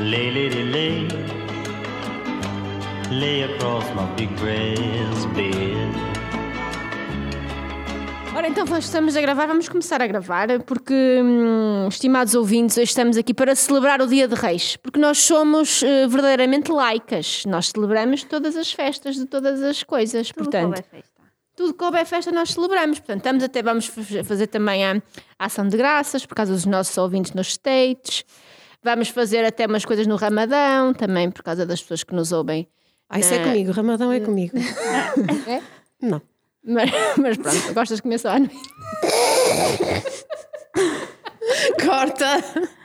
Lay, lady, lay. Lay across my big breast bed. Ora, então estamos a gravar, vamos começar a gravar, porque, estimados ouvintes, hoje estamos aqui para celebrar o Dia de Reis, porque nós somos verdadeiramente laicas, nós celebramos todas as festas de todas as coisas, portanto, tudo que houver festa nós celebramos, portanto, vamos fazer também a ação de graças, por causa dos nossos ouvintes nos States, vamos fazer até umas coisas no Ramadão, também por causa das pessoas que nos ouvem. Isso é comigo, Ramadão é comigo. É? Não. Mas pronto, gostas de comer só à noite? Corta!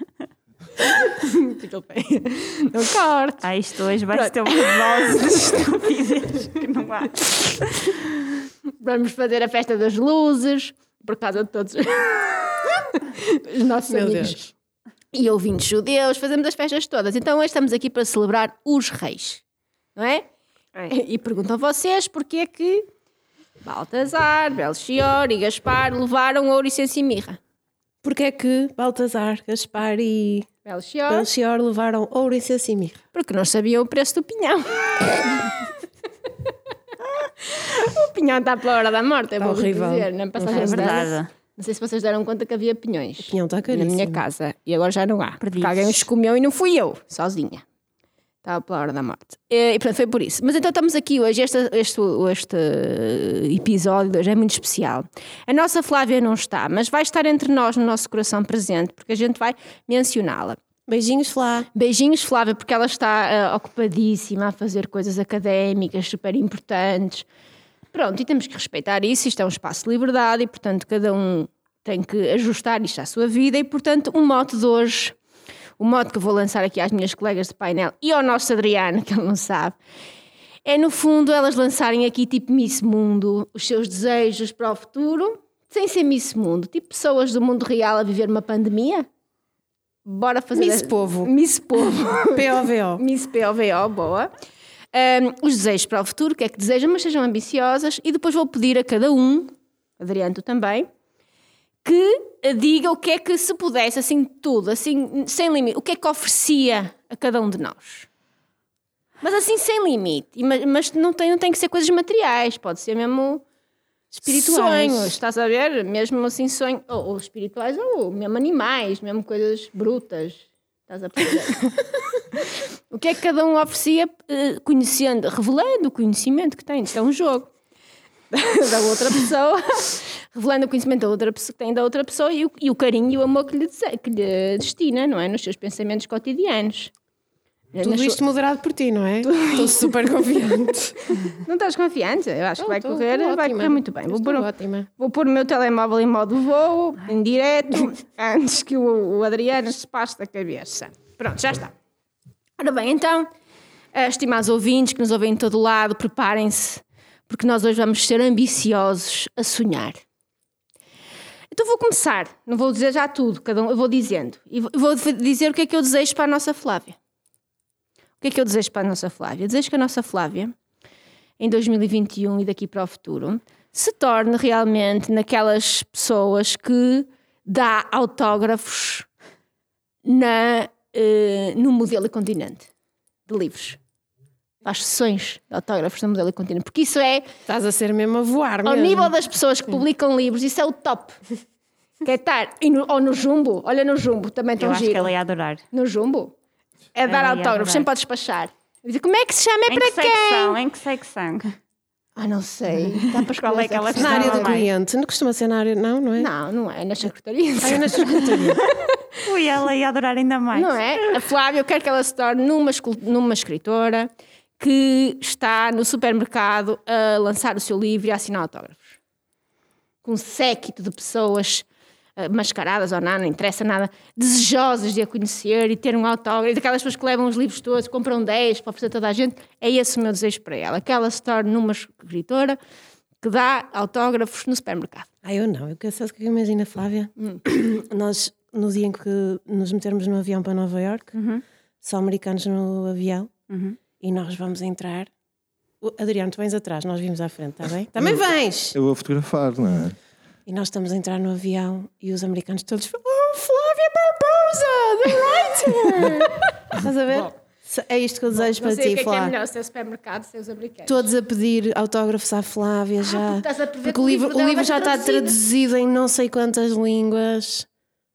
Não corta. Isto hoje vai ter uma dose de estupidez que não há. Vamos fazer a festa das luzes, por causa de todos os nossos Meu amigos Deus. e ouvintes judeus. Fazemos as festas todas. Então hoje estamos aqui para celebrar os reis, não é? E perguntam a vocês porque é que Baltazar, Belchior e Gaspar levaram ouro, incenso e mirra. Porquê é que Baltazar, Gaspar e Belchior levaram ouro, incenso e mirra? Porque não sabiam o preço do pinhão. O pinhão está pela hora da morte, é bom horrível. dizer. Não, É verdade. Não sei se vocês deram conta que havia pinhões O pinhão está na caríssimo. minha casa e agora já não há. Porque Perdidos. alguém os comeu e não fui eu, sozinha. Estava pela hora da morte. E portanto foi por isso. Mas então estamos aqui hoje, este episódio de hoje é muito especial. A nossa Flávia não está, mas vai estar entre nós no nosso coração presente, porque a gente vai mencioná-la. Beijinhos, Flá. Beijinhos, Flávia, porque ela está ocupadíssima a fazer coisas académicas super importantes. Pronto, e temos que respeitar isso. Isto é um espaço de liberdade e, portanto, cada um tem que ajustar isto à sua vida. E, portanto, o mote de hoje, o mote que eu vou lançar aqui às minhas colegas de painel e ao nosso Adriano, que ele não sabe, é, no fundo, elas lançarem aqui, tipo Miss Mundo, os seus desejos para o futuro, sem ser Miss Mundo. Tipo pessoas do mundo real a viver uma pandemia. Bora fazer... Miss Povo. Miss Povo. POVO. Miss POVO, boa. Os desejos para o futuro, o que é que desejam, mas sejam ambiciosas. E depois vou pedir a cada um, Adriano, tu também, que diga o que é que, se pudesse, assim, tudo, assim, sem limite, o que é que oferecia a cada um de nós. Mas assim, sem limite. Mas não tem que ser coisas materiais, pode ser mesmo... Espirituais. Sonhos, estás a ver? Mesmo assim, sonhos, ou espirituais, ou mesmo animais, mesmo coisas brutas. Estás a perceber? O que é que cada um oferecia, conhecendo, revelando o conhecimento que tem? Isto é um jogo da outra pessoa, revelando o conhecimento da outra pessoa, que tem da outra pessoa e o carinho e o amor que lhe destina, não é? Nos seus pensamentos cotidianos. Tudo isto moderado por ti, não é? Estou super confiante. Não estás confiante? Eu acho que vai Estou correr ótima. muito bem. Ótima. Vou pôr o meu telemóvel em modo voo, em direto, antes que o Adriano se passe da cabeça. Pronto, já está. Ora bem, então, estimados ouvintes que nos ouvem em todo lado, preparem-se, porque nós hoje vamos ser ambiciosos a sonhar. Então vou começar, não vou dizer já tudo, cada um, eu vou dizendo. E vou dizer o que é que eu desejo para a nossa Flávia. O que é que eu desejo para a nossa Flávia? Desejo que a nossa Flávia, em 2021 e daqui para o futuro, se torne realmente naquelas pessoas que dá autógrafos no Modelo e Continente de livros. Faz sessões de autógrafos no Modelo e Continente. Porque isso é, Estás a ser mesmo a voar, ao mesmo. nível das pessoas que publicam livros, isso é o top. Quer estar? Ou no Jumbo. Olha, no Jumbo também Eu estão acho que giro. ela ia adorar. No Jumbo. É dar Ela ia autógrafos, adorar. sempre pode despachar. Dizer, como é que se chama? É Em para que quem? secção? Em que secção? Ah, não sei. Dá para Qual é escolher que ela secção. Na área do Não, mãe. cliente. Não costuma ser na área... Não é? Não é na secretaria. É na secretaria. Ui, ela ia adorar ainda mais. Não é? A Flávia, eu quero que ela se torne numa escritora que está no supermercado a lançar o seu livro e a assinar autógrafos. Com um séquito de pessoas mascaradas ou não interessa nada, desejosas de a conhecer e ter um autógrafo, daquelas pessoas que levam os livros todos, compram 10 para oferecer a toda a gente. É esse o meu desejo para ela, que ela se torne numa escritora que dá autógrafos no supermercado. Eu não. Eu quero saber o que imagina, Flávia. Nós, no dia em que nos metermos no avião para Nova Iorque, só americanos no avião, e nós vamos entrar. Adriano, tu vens atrás, nós vimos à frente, está bem? Também vens! Eu vou fotografar, não é? E nós estamos a entrar no avião e os americanos todos falam: Oh, Flávia Barbosa, the writer! Estás a ver? É isto que eu desejo Não para sei o ti, que é Flá. melhor, se é o supermercado, se é os americanos. Todos a pedir autógrafos à Flávia já. estás a prever Porque que o o livro, livro dela vai já ser está traduzido. traduzido em não sei quantas línguas.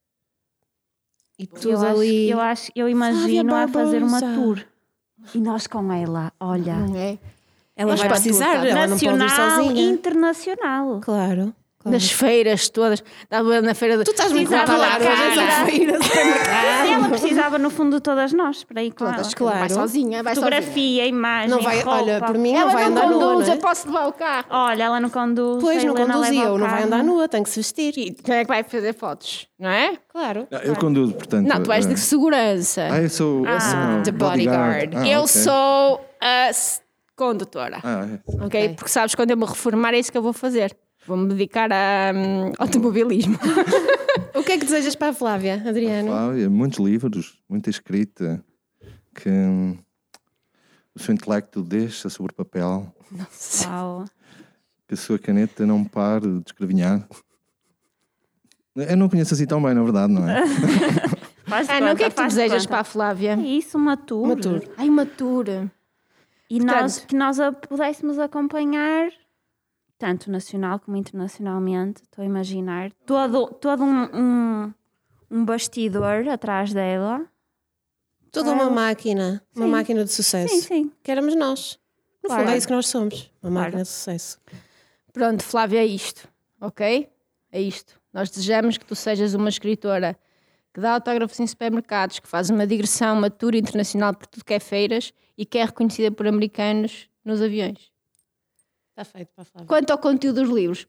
E tudo ali. Eu imagino a fazer uma Barbosa. tour. E nós com ela, olha, Não é? Ela Mas vai para precisar, tudo, ela não pode ir nacional e sozinha. internacional. Claro. Nas feiras todas. Estava na feira. Tu estás muito a Precisava falar da hoje essa cara. feira. Ela precisava, no fundo, de todas nós para ir com ela. Todas, Claro. Vai sozinha, vai sozinha. Fotografia, imagem, Não vai, roupa. olha, por mim não Ela vai não andar nua, conduz, não é? eu posso levar o carro. Olha, ela não conduz. Pois, a não Helena conduzia, leva o não vai carro. andar nua, tem que se vestir. E quem é que vai fazer fotos? Não é? Claro. Eu conduzo, portanto. Não, tu és de segurança. Eu sou. The bodyguard. Eu ok. sou a condutora. É. Ok? Porque sabes, quando eu me reformar é isso que eu vou fazer. Vou-me dedicar a automobilismo. O que é que desejas para a Flávia, Adriano? Flávia, muitos livros, muita escrita, que o seu intelecto deixa sobre o papel, Uau. que a sua caneta não pare de escrevinhar. Eu não conheço assim tão bem, na verdade, não é? Faz Ana, o que é que tu faz desejas conta. para a Flávia? É isso, uma tour. Uma tour. Ai, uma tour. E Portanto- que nós a pudéssemos acompanhar, tanto nacional como internacionalmente, estou a imaginar, todo um bastidor atrás dela. Toda uma máquina. Uma Sim. máquina de sucesso. Sim, sim. Que éramos nós. No Claro. fundo, é isso que nós somos. Uma Claro. máquina de sucesso. Pronto, Flávia, é isto. Ok? É isto. Nós desejamos que tu sejas uma escritora que dá autógrafos em supermercados, que faz uma digressão, uma tour internacional por tudo que é feiras e que é reconhecida por americanos nos aviões. Está feito para a Flávia. Quanto ao conteúdo dos livros,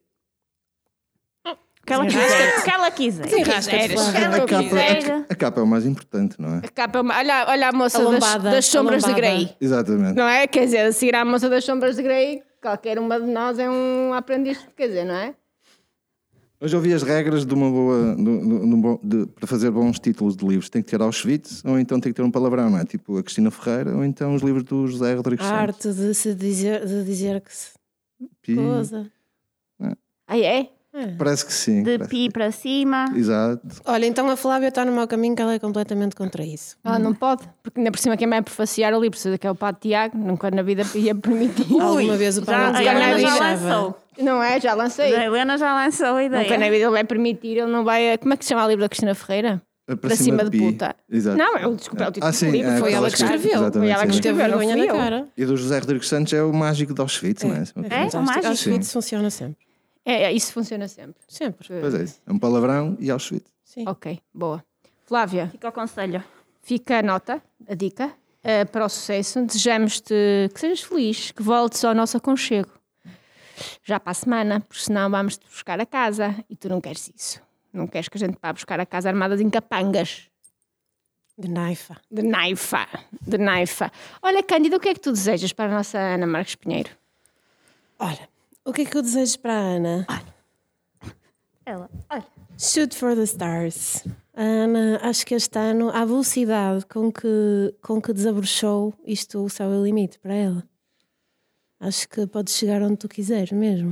O que ela quiser. O que ela quiser. Desenrasca-te, Flávia. A capa é o mais importante, não é? a capa, olha a moça A das, lombada, das sombras a de lombada. Grey. Exatamente. Não é? Quer dizer, a seguir à moça das sombras de Grey, qualquer uma de nós é um aprendiz, quer dizer, não é? Hoje ouvi as regras de uma boa. Para fazer bons títulos de livros. Tem que ter Auschwitz ou então tem que ter um palavrão, não é? Tipo a Cristina Ferreira ou então os livros do José Rodrigues A Santos. arte de se dizer que se Pi. coisa. Aí é? Parece que sim. De parece. pi para cima. Exato. Olha, então a Flávia está no mau caminho, que ela é completamente contra isso. Ela não pode, porque ainda por cima quem vai prefaciar o livro, se que é o Padre Tiago, nunca na vida ia permitir. Alguma vez o Já, Paulo a Tiago Helena já deixava. lançou. Não é? Já lancei. A Helena já lançou a Nunca na ideia. vida ele vai permitir, ele não vai. Como é que se chama o livro da Cristina Ferreira? Para cima de pi. puta. Exato. Não, é o desculpa, é o título sim, do livro. é, Foi aquela ela que escreveu. exatamente, Foi ela que sim. Teve escreveu, não vergonha fui na eu. cara. E do José Rodrigues Santos é o mágico de Auschwitz, não é? É, o mágico. Auschwitz funciona sempre. Isso funciona sempre. Sempre. Pois é, isso. É um palavrão e Auschwitz. Sim. Ok, boa. Flávia, Fica o conselho. fica a nota, a dica, para o sucesso. Desejamos-te que sejas feliz, que voltes ao nosso aconchego. Já para a semana, porque senão vamos-te buscar a casa e tu não queres isso. Não queres que a gente vá buscar a casa armadas em capangas. De naifa. De naifa. Olha, Cândida, o que é que tu desejas para a nossa Ana Marques Pinheiro? Olha, o que é que eu desejo para a Ana? Ela, olha. Shoot for the stars. A Ana, acho que este ano, a velocidade com que desabrochou isto, o céu é o limite para ela. Acho que podes chegar onde tu quiseres mesmo.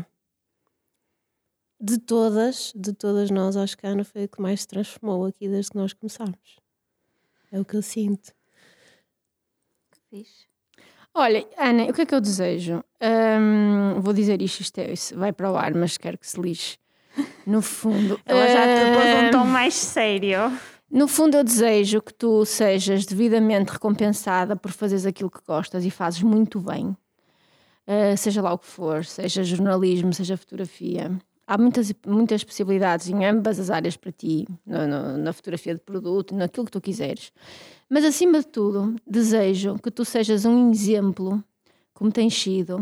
De todas nós, acho que a Ana foi a que mais se transformou aqui desde que nós começámos. É o que eu sinto. Fixe. Olha, Ana, o que é que eu desejo? Vou dizer isto vai para o ar, mas quero que se lixe. No fundo... Ela já te pôs um tom mais sério. No fundo, eu desejo que tu sejas devidamente recompensada por fazeres aquilo que gostas e fazes muito bem. Seja lá o que for, seja jornalismo, seja fotografia. Há muitas possibilidades em ambas as áreas para ti, na fotografia de produto, naquilo que tu quiseres. Mas, acima de tudo, desejo que tu sejas um exemplo, como tens sido.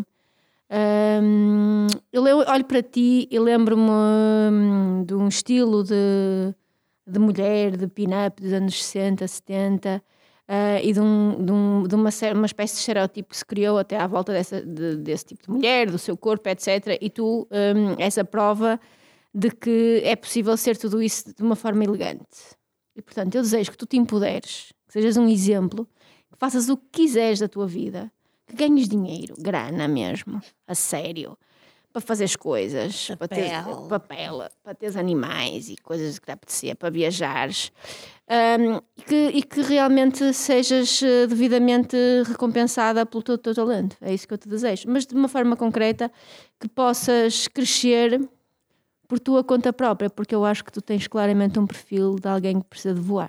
Eu olho para ti e lembro-me de um estilo de mulher, de pin-up dos anos 60, 70, e de uma espécie de estereótipo que se criou até à volta desse tipo de mulher, do seu corpo, etc. E tu és a prova de que é possível ser tudo isso de uma forma elegante. E, portanto, eu desejo que tu te empoderes, que sejas um exemplo, que faças o que quiseres da tua vida, que ganhes dinheiro, grana mesmo, a sério, para fazeres coisas, para teres animais e coisas que te apetecer, para viajares, e que realmente sejas devidamente recompensada pelo teu talento. É isso que eu te desejo. Mas de uma forma concreta, que possas crescer por tua conta própria, porque eu acho que tu tens claramente um perfil de alguém que precisa de voar.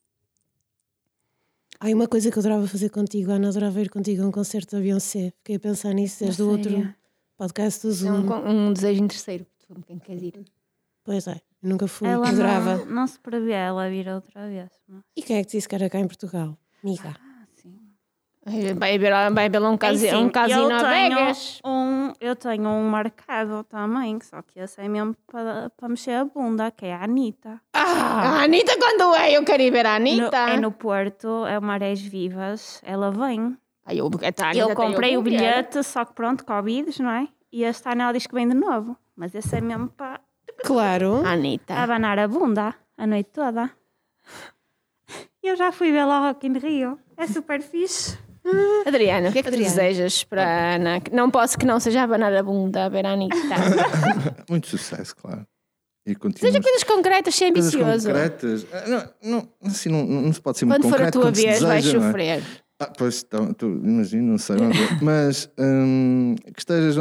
Há uma coisa que eu adorava fazer contigo, Ana, adorava ir contigo a um concerto da Beyoncé. Fiquei a pensar nisso desde o outro podcast do É Zoom. um desejo interesseiro, quem quer ir. Pois é, eu nunca fui, Ela adorava. não se prevê ela vir outra vez. Mas... E quem é que disse que era cá em Portugal? Miga. sim. Vai ver lá um casino a Vegas. Eu tenho um marcado também, só que esse é mesmo para mexer a bunda, que é a Anitta. A Anitta quando é? Eu quero ir ver a Anitta. É no Porto, é o Marés Vivas, ela vem. Eu comprei o bilhete, só que pronto, Covid, não é? E este ano ela diz que vem de novo. Mas esse é mesmo para Claro. Anitta. abanar a bunda a noite toda. Eu já fui ver lá Rock in Rio. É super fixe. Adriana, o que é que tu Adriana. desejas para a Ana? Não posso que não seja abanar a bunda a ver a Anitta. Muito sucesso, claro. E Seja continuamos. coisas concretas, ser Coisas ambicioso. concretas. Assim, não se pode ser muito Quando for a concreto. tua quando se vez, vais deseja, não é? sofrer. Pois, tu imagino, não sei. Vamos ver. Mas que estejas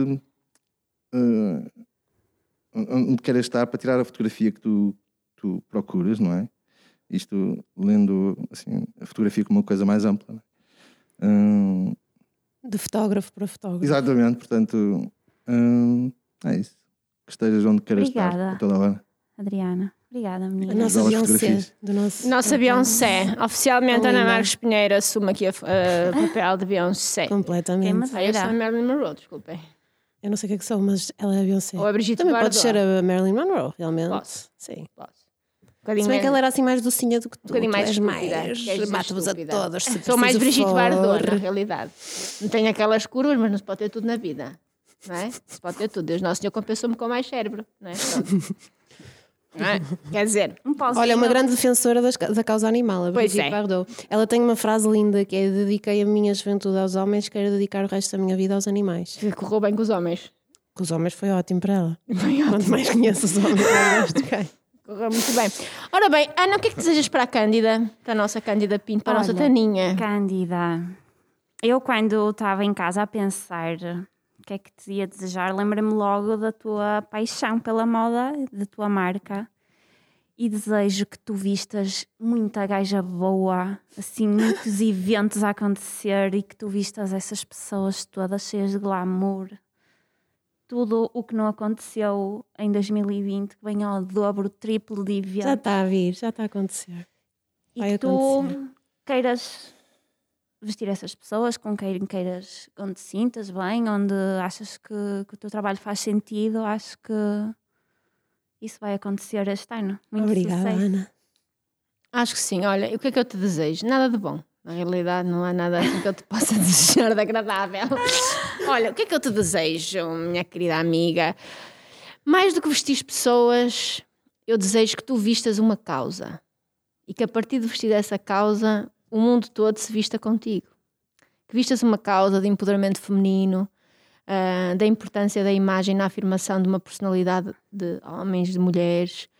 onde queres estar para tirar a fotografia que tu procuras, não é? Isto lendo assim, a fotografia como uma coisa mais ampla. Não é? De fotógrafo para fotógrafo. Exatamente, portanto, é isso. Que estejas onde queiras estar Obrigada. a toda hora. Adriana, obrigada, A menina. nossa Belas Beyoncé. fotografias. Do nosso Nossa Beyoncé. Oficialmente, Tão Ana linda. Marques Pinheiro assume aqui o papel de Beyoncé. Completamente. Quem me Eu sou a dera. Marilyn Monroe, desculpem. Eu não sei o que é que sou, mas ela é a Beyoncé. Ou a Brigitte Também Bardot. pode ser a Marilyn Monroe, realmente. Posso. Sim. Posso. Se bem que ela era assim mais docinha do que tu. Um bocadinho Tu mais és estúpida. mais. Queres dizer Bate-vos a estúpida. todos. se Sou mais preciso Brigitte for. Bardot, na realidade. Não tenho aquelas curvas, mas não se pode ter tudo na vida. Não é? Se pode ter tudo. Deus Nosso Senhor compensou-me com mais cérebro. Não é? Pronto. Não é? Quer dizer, Um pauzinho. Olha, uma grande defensora da causa animal, a Pois Brigitte é. Bardot. Ela tem uma frase linda que é: dediquei a minha juventude aos homens, quero dedicar o resto da minha vida aos animais. que correu bem com os homens. Com os homens foi ótimo para ela. Quanto mais conheço os homens, mais gosto de quem. Correu muito bem. Ora bem, Ana, o que é que desejas para a Cândida? Para a nossa Cândida Pinto, para a nossa Olha, Taninha? Cândida, eu quando estava em casa a pensar o que é que te ia desejar, lembrei-me logo da tua paixão pela moda, da tua marca. E desejo que tu vistas muita gaja boa, assim, muitos eventos a acontecer e que tu vistas essas pessoas todas cheias de glamour. Tudo o que não aconteceu em 2020, que venha ao dobro, triplo de eventos. Já está a vir, já está a acontecer. E Vai que tu acontecer. queiras vestir essas pessoas com quem queiras, onde te sintas bem, onde achas que o teu trabalho faz sentido, acho que isso vai acontecer este ano. Muito Obrigada, sucesso. Ana. Acho que sim. Olha, o que é que eu te desejo? Nada de bom. Na realidade, não há nada assim que eu te possa desejar de agradável. Olha, o que é que eu te desejo, minha querida amiga? Mais do que vestir pessoas, eu desejo que tu vistas uma causa. E que a partir de vestir essa causa, o mundo todo se vista contigo. Que vistas uma causa de empoderamento feminino, da importância da imagem na afirmação de uma personalidade de homens, de mulheres,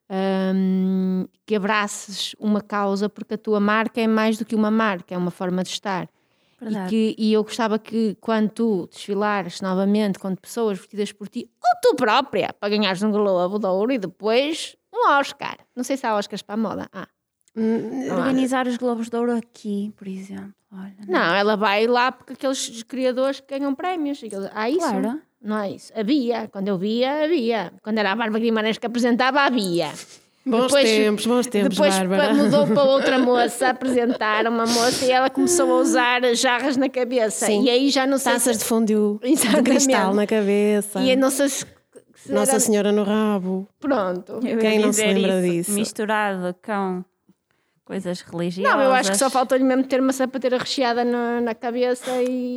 que abraces uma causa, porque a tua marca é mais do que uma marca, é uma forma de estar. Verdade. E eu gostava que quando tu desfilares novamente com pessoas vestidas por ti, ou tu própria, para ganhares um Globo de Ouro e depois um Oscar. Não sei se há Oscars para a moda. Organizar os Globos de Ouro aqui, por exemplo. Olha, Não, ela vai lá porque aqueles criadores que ganham prémios. Há isso? Claro. Não é isso? Havia. Quando eu via, havia. Quando era a Bárbara Guimarães que apresentava, havia. Bons tempos, Depois Bárbara. mudou para outra moça a apresentar, uma moça, e ela começou a usar jarras na cabeça. Sim. E aí já não sei Taças de fondue, de Exatamente. cristal na cabeça. E eu não sei se Nossa era... Senhora no rabo. Pronto. Eu ia Quem não se dizer lembra isso, disso? misturado com coisas religiosas. Não, eu acho que só faltou-lhe mesmo ter uma sapateira recheada na cabeça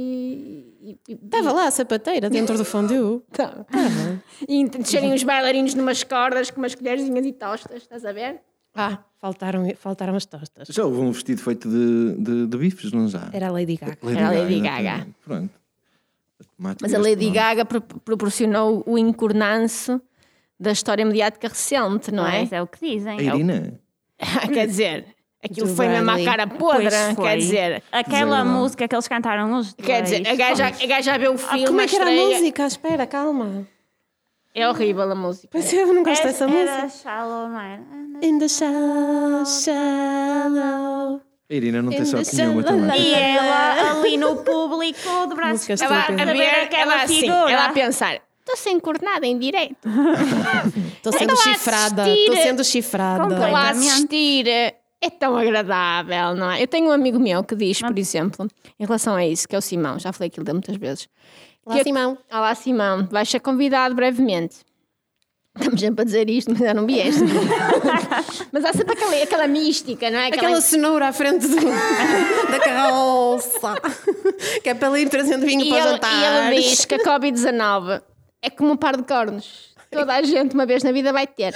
e Estava lá a sapateira dentro do fondue. Tá. E descerem os bailarinos numas cordas com umas colherzinhas e tostas, estás a ver? Faltaram as tostas. Já houve um vestido feito de bifes, não já? Era a Lady Gaga. Era a Lady exatamente. Gaga. Pronto. Mas a Lady Gaga proporcionou o encornanço da história mediática recente, não é? Mas é o que dizem. A Irina? Quer dizer, aquilo Do foi mesmo à Bradley. cara podre. Pois foi. Quer dizer, Aquela música que eles cantaram os dois. quer dizer, a gaja vê o filme, Como é que era a estreia. música? Espera, calma. É horrível a música. Pois eu não gosto dessa música. Era Shallow, não era? In the shallow, shallow. A Irina não tem In the sorte nenhuma também. E ela ali no público de braços Música Ela estúpida. a ver, aquela ela assim, figura. ela a pensar, estou sem cornada em direto. Estou sendo Estou a chifrada. assistir. Estou sendo chifrada. Estou lá a Completamente. assistir. É tão agradável, não é? Eu tenho um amigo meu que diz, por exemplo, em relação a isso, que é o Simão, já falei aquilo dele muitas vezes. Lá, Simão. Olá, Simão, vais ser convidado brevemente. Estamos sempre a dizer isto, mas já não vieste. Mas há sempre aquela mística, não é? Aquela cenoura à frente da carroça. Que é para ele ir trazendo vinho E para os ele jantares. diz que a Covid-19 é como um par de cornos. Toda a gente, uma vez na vida, vai ter.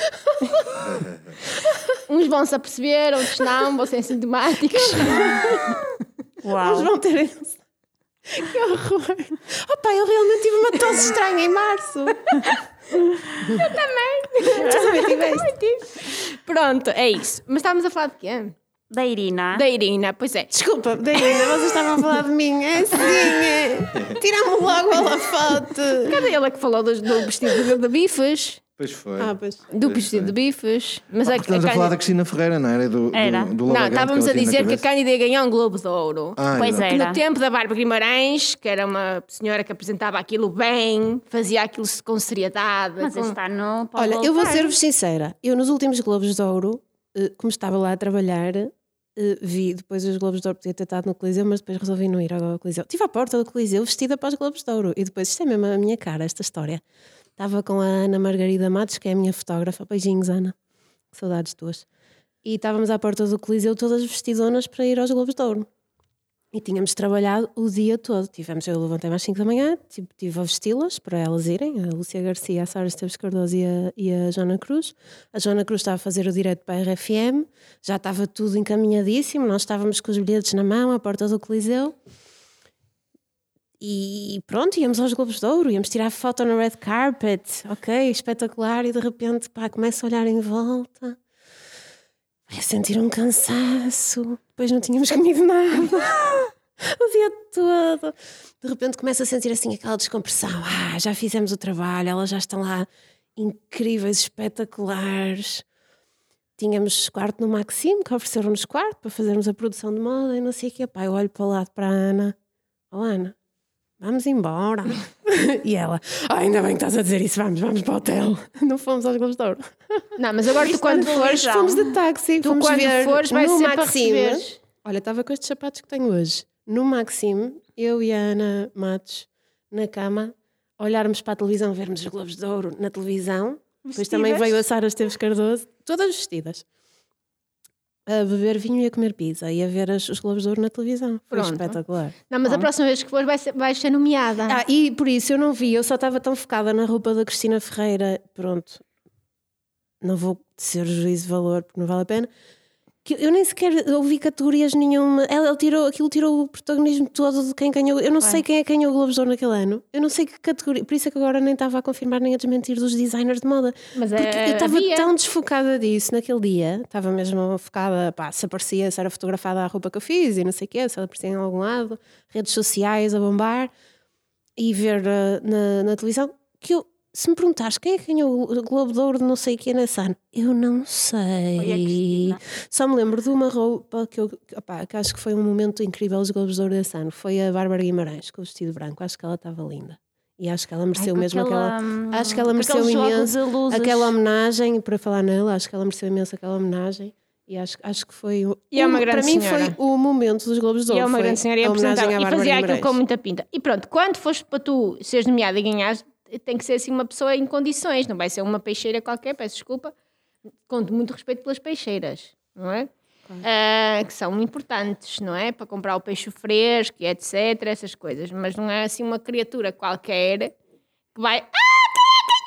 Uns vão se aperceber, outros não, vão ser sintomáticos. Eles Uau. vão ter... Que horror. Opa, eu realmente tive uma tosse estranha em março. Tu também tiveste? Pronto, é isso. Mas estávamos a falar de quê? Da Irina. Da Irina, pois é. Desculpa, Daína, vocês estavam a falar de mim. É assim, é. Tira-me logo a foto. Cadê ela que falou do vestido de bifes? Pois foi. Pois. Do vestido de bifes. Mas Porque estamos a falar da Cristina Ferreira, não era? Era. Do Não, Lavagante estávamos a ela tinha na dizer que a cabeça. Cândida ia ganhar um Globo de Ouro. Pois exato. Que era. no tempo da Bárbara Guimarães, que era uma senhora que apresentava aquilo bem, fazia aquilo com seriedade. Mas com... está no. pode Olha, eu vou voltar. ser-vos sincera. Eu nos últimos Globos de Ouro, como estava lá a trabalhar, vi depois os Globos de Ouro, podia ter estado no Coliseu, mas depois resolvi não ir ao Coliseu. Estive à porta do Coliseu vestida para os Globos de Ouro. E depois, isto é mesmo a minha cara, esta história. Estava com a Ana Margarida Matos, que é a minha fotógrafa. Beijinhos, Ana. Saudades tuas. E estávamos à porta do Coliseu todas vestidonas para ir aos Globos de Ouro. E tínhamos trabalhado o dia todo. Eu levantei-me às 5 da manhã, estive a vesti-las para elas irem. A Lúcia Garcia, a Sara Esteves Cardoso e a Joana Cruz. A Joana Cruz estava a fazer o direto para a RFM. Já estava tudo encaminhadíssimo. Nós estávamos com os bilhetes na mão à porta do Coliseu. E pronto, íamos aos Globos de Ouro, íamos tirar foto no red carpet, ok, espetacular, e de repente, pá, começo a olhar em volta, a sentir um cansaço, depois não tínhamos comido nada, o dia todo, de repente começo a sentir assim aquela descompressão, já fizemos o trabalho, elas já estão lá incríveis, espetaculares. Tínhamos quarto no Maxime, que ofereceram-nos quarto para fazermos a produção de moda e não sei o quê, pá, eu olho para o lado para a Ana, Ana, vamos embora. E ela, ainda bem que estás a dizer isso, vamos para o hotel. Não fomos aos Globos de Ouro. Não, mas agora tu quando fores... Fomos de táxi, Tu fomos quando ver fores vai no ser para Maxime. receberes. Olha, estava com estes sapatos que tenho hoje. No Maxime, eu e a Ana Matos, na cama, olharmos para a televisão, vermos os Globos de Ouro na televisão. Depois também veio a Sara Esteves Cardoso, todas vestidas. A beber vinho e a comer pizza e a ver os Globos de Ouro na televisão. Foi Pronto. espetacular. Não, mas a próxima vez que fores vais ser nomeada. E por isso eu não vi, eu só estava tão focada na roupa da Cristina Ferreira, pronto, não vou dizer o juízo de valor porque não vale a pena, que eu nem sequer ouvi categorias nenhuma. Aquilo tirou o protagonismo todo de quem ganhou. Eu não sei quem é que ganhou o Globo de Ouro naquele ano. Eu não sei que categoria. Por isso é que agora nem estava a confirmar nem a desmentir dos designers de moda. Mas Porque eu estava havia. tão desfocada disso naquele dia. Estava mesmo focada, se aparecia, se era fotografada a roupa que eu fiz e não sei o quê, se ela aparecia em algum lado, redes sociais a bombar e ver na televisão que eu. Se me perguntares quem é que ganhou o Globo de Ouro de não sei o que nesse ano, eu não sei. Foi a Cristina. Só me lembro de uma roupa que que acho que foi um momento incrível dos Globos de Ouro desse ano. Foi a Bárbara Guimarães com o vestido branco. Acho que ela estava linda. E acho que ela mereceu mesmo aquela. Acho que ela mereceu imenso aquela homenagem. Para falar nela, acho que ela mereceu imenso aquela homenagem. E acho que foi. E é uma para grande mim senhora. foi o momento dos Globos de E Ouro. é uma foi grande senhora e a homenagem apresentava à e Bárbara fazia aquilo Guimarães. com muita pinta. E pronto, quando fores para tu seres nomeada e ganhares, tem que ser assim uma pessoa em condições, não vai ser uma peixeira qualquer, peço desculpa, com muito respeito pelas peixeiras, não é? Que são importantes, não é? Para comprar o peixe fresco e etc, essas coisas, mas não é assim uma criatura qualquer que vai, quem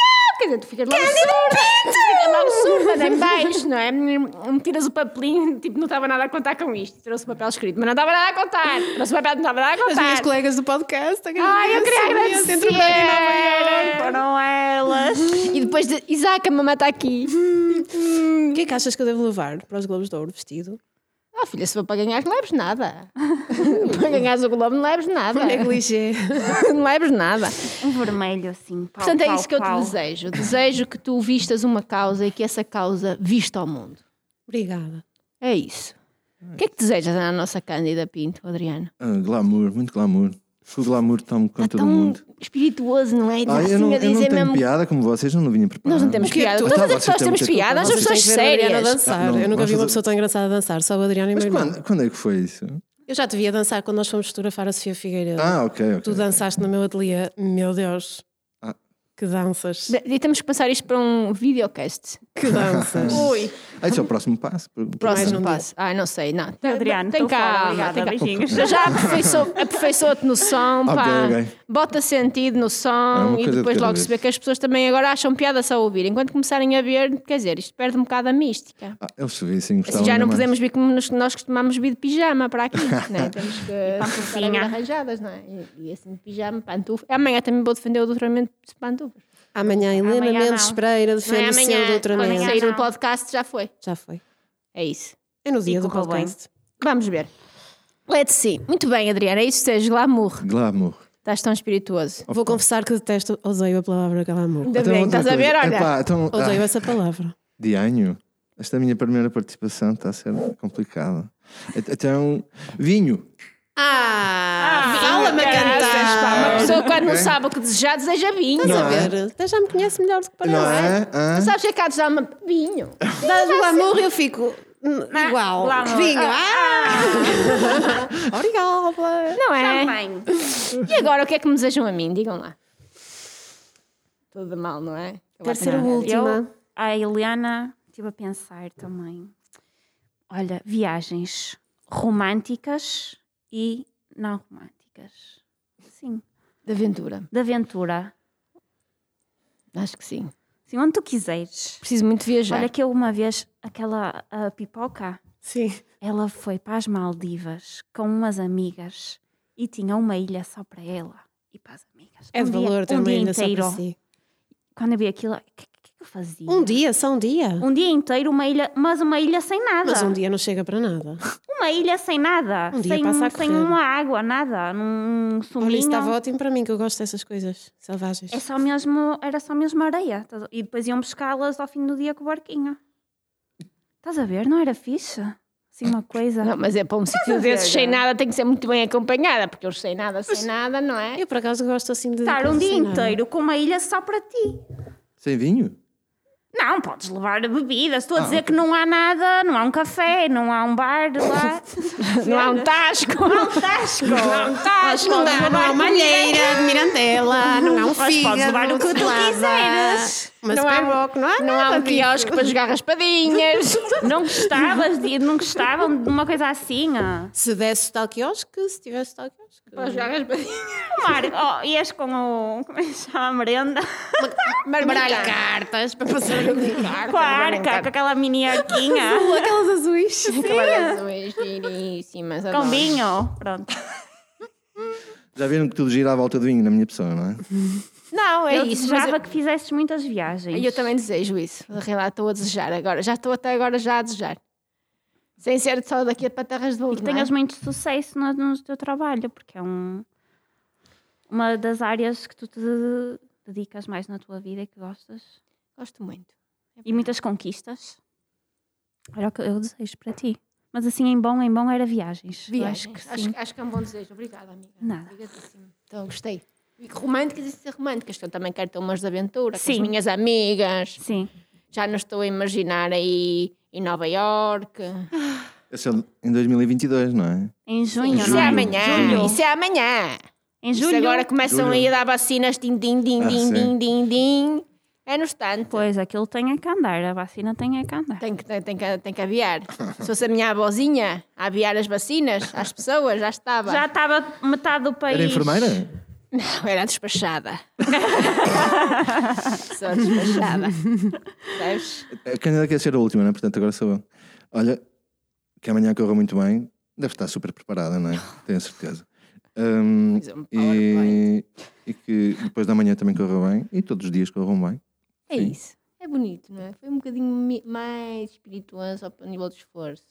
quer dizer, tu ficas logo surda. Ficas logo surda, nem baixo, não é? Me tiras o papelinho, tipo, não estava nada a contar com isto. Trouxe o papel escrito, mas não estava nada a contar. Trouxe o papel, não estava nada a As minhas contar. colegas do podcast. Ai, eu queria agradecer. Entre Nova Iorque. Foram elas. E depois de Isaac, a mamãe está aqui. O que é que achas que eu devo levar para os Globos de Ouro vestido? Oh, filha, se for para ganhar, não leves nada. Para ganhares o Globo, não leves nada. Negligé. Não leves nada. Um vermelho assim. Pau, Portanto, é pau, isso que eu te pau. desejo. Desejo que tu vistas uma causa e que essa causa vista ao mundo. Obrigada. É isso. O que é que desejas à nossa Cândida Pinto, Adriana? Glamour, muito glamour. O glamour toma conta do mundo. Espirituoso, não é? Eu não, a eu não dizer tenho mesmo. piada como vocês, não vinha preparado. Nós não temos O que é que piada. tu- Todas as Vocês pessoas têm temos muita culpa. piada, nós somos Vocês pessoas têm que ver a Adriana sérias. dançar. Não, eu nunca vamos vi uma fazer- pessoa tão engraçada a dançar. Só a Adriana e o Mas meu irmão. quando é que foi isso? Eu já te vi a dançar quando nós fomos fotografar a Sofia Figueiredo. Ok. Tu dançaste no meu ateliê. Meu Deus. Ah. Que danças. E temos que passar isto para um videocast. Que danças. Ui. Esse é o próximo passo. Próximo um passo. Ai, não sei. Não. Adriano, tem estou fora, calma. obrigada, Tem calma. beijinhos. Já aperfeiçoa-te no som, Ok, pá. ok. Bota sentido no som uma e coisa de depois cada logo vez. se vê que as pessoas também agora acham piada só a ouvir. Enquanto começarem a ver, quer dizer, isto perde um bocado a mística. Eles se vissem, gostavam Assim já não ainda mais. podemos vir como nós costumamos vir de pijama para aqui, né? Temos que pantufinha. estar arranjadas, não é? E assim de pijama, pantufa. Amanhã também vou defender o doutoramento de pantufas. Amanhã, Helena Amanhã Mendes não. Pereira Não é defende o seu amanhã, quando doutoramento. sair não. o podcast já foi. Já foi. É isso. É no dia do correu bem. podcast. Vamos ver. Let's see. Muito bem, Adriana, é isso que seja glamour. Glamour. Estás tão espirituoso. Vou confessar que detesto, odeio a palavra glamour. Ainda bem, outra estás a ver, coisa. olha. Epá, então, Odeio essa palavra. de ano. Esta é a minha primeira participação, está a ser complicada. Então, vinho. Fala-me a Uma cantar. pessoa quando não Ok. sabe o que desejar, deseja vinho. Estás Não a é? ver? Até já me conhece melhor do que parece. Não é? Hã? Tu sabes o que é que há de desejar uma vinho? Dás o glamour e eu fico igual. glamour. Vinho. Obrigada. Não é? Champanhe. E agora o que é que me desejam a mim? Digam lá. Tudo mal, não é? Quero ser a última. Eu, a Eliana, estive a pensar também. Olha, viagens românticas e não românticas. Sim, De aventura. de aventura. Acho que sim. Sim, onde tu quiseres. Preciso muito viajar. Olha que eu uma vez, aquela a pipoca, Sim. ela foi para as Maldivas com umas amigas e tinha uma ilha só para ela e para as amigas. É de valor ter um uma dia ilha só inteiro. para si. Quando eu vi aquilo, o que eu fazia? Um dia, só um dia. Um dia inteiro, uma ilha, mas uma ilha sem nada. Mas um dia não chega para nada. Uma ilha sem nada. Um dia sem, passa a sem correr. uma água, nada. Num Olha, suminho. isso estava ótimo para mim, que eu gosto dessas coisas selvagens. É só mesmo, era só mesmo areia. E depois iam pescá-las ao fim do dia com o barquinho. Estás a ver? Não era fixe? Assim uma coisa. Não, mas é para um sítio desses sem nada tem que ser muito bem acompanhada, porque os sem nada, não é? Eu, por acaso, gosto assim de... Estar um coisas dia sem nada. inteiro com uma ilha só para ti. Sem vinho? Não, podes levar bebidas. Estou a dizer que não há nada, não há um café, não há um bar lá. Não há um tasco. Não há um tasco. Não há um tasco. Não há uma alheira de Mirandela, não há um Mas fígado. podes levar o que tu salada, quiseres. Mas Não há- Superboc, não há Não há nada um disso. quiosque para jogar raspadinhas. Não gostavam de uma coisa assim? Se desse tal quiosque, se tivesse tal quiosque. Para jogar raspadinhas. Marco, ias com o. Como é que se chama? A merenda? Baralho cartas para passar a brincar. Com a arca, com aquela mini arquinha. Aquelas azuis. Aquelas azuis giríssimas. Com adoro. vinho. Pronto. Já viram que tudo gira à volta do vinho na minha pessoa, não é? Não, é Eu isso. desejava Mas que fizesses muitas viagens. eu também desejo isso. Na realidade, estou a desejar agora. Já estou até agora já a desejar. Sem ser só daqui para terras de E ouro. que não é? tenhas muito sucesso no teu trabalho, porque é uma das áreas que tu te dedicas mais na tua vida e que gostas. Gosto muito. E muitas conquistas. Era o que eu desejo para ti. Mas assim, em bom era viagens. Eu Viagens. Acho que sim. Acho que é um bom desejo. Obrigada, amiga. Nada. Obrigadíssima. Então, gostei. E românticas e ser românticas, que eu também quero ter umas de aventura com as Sim. minhas amigas. Sim. Já não estou a imaginar aí em Nova Iorque. Esse é em 2022, não é? Em junho, Isso não é é? amanhã. Julho. Isso é amanhã. Em Isso julho. agora começam Julho. aí a dar vacinas. Din, din, din, Ah, din, sim. din, din, din. É no instante. Pois, aquilo tem é que andar. A vacina tem é que andar. Tem que aviar. Se fosse a minha avózinha a aviar as vacinas às pessoas, já estava. Já estava metade do país. Era enfermeira? Não, era despachada. Sou despachada. Sabes? A Cândida quer ser a última, não é? Portanto, agora sou eu. Olha, que amanhã corra muito bem. Deve estar super preparada, não é? Tenho certeza. Fiz um PowerPoint. E que depois da manhã também corra bem. E todos os dias corram bem. É Sim. isso. É bonito, não é? Foi um bocadinho mais espirituoso só para o nível de esforço.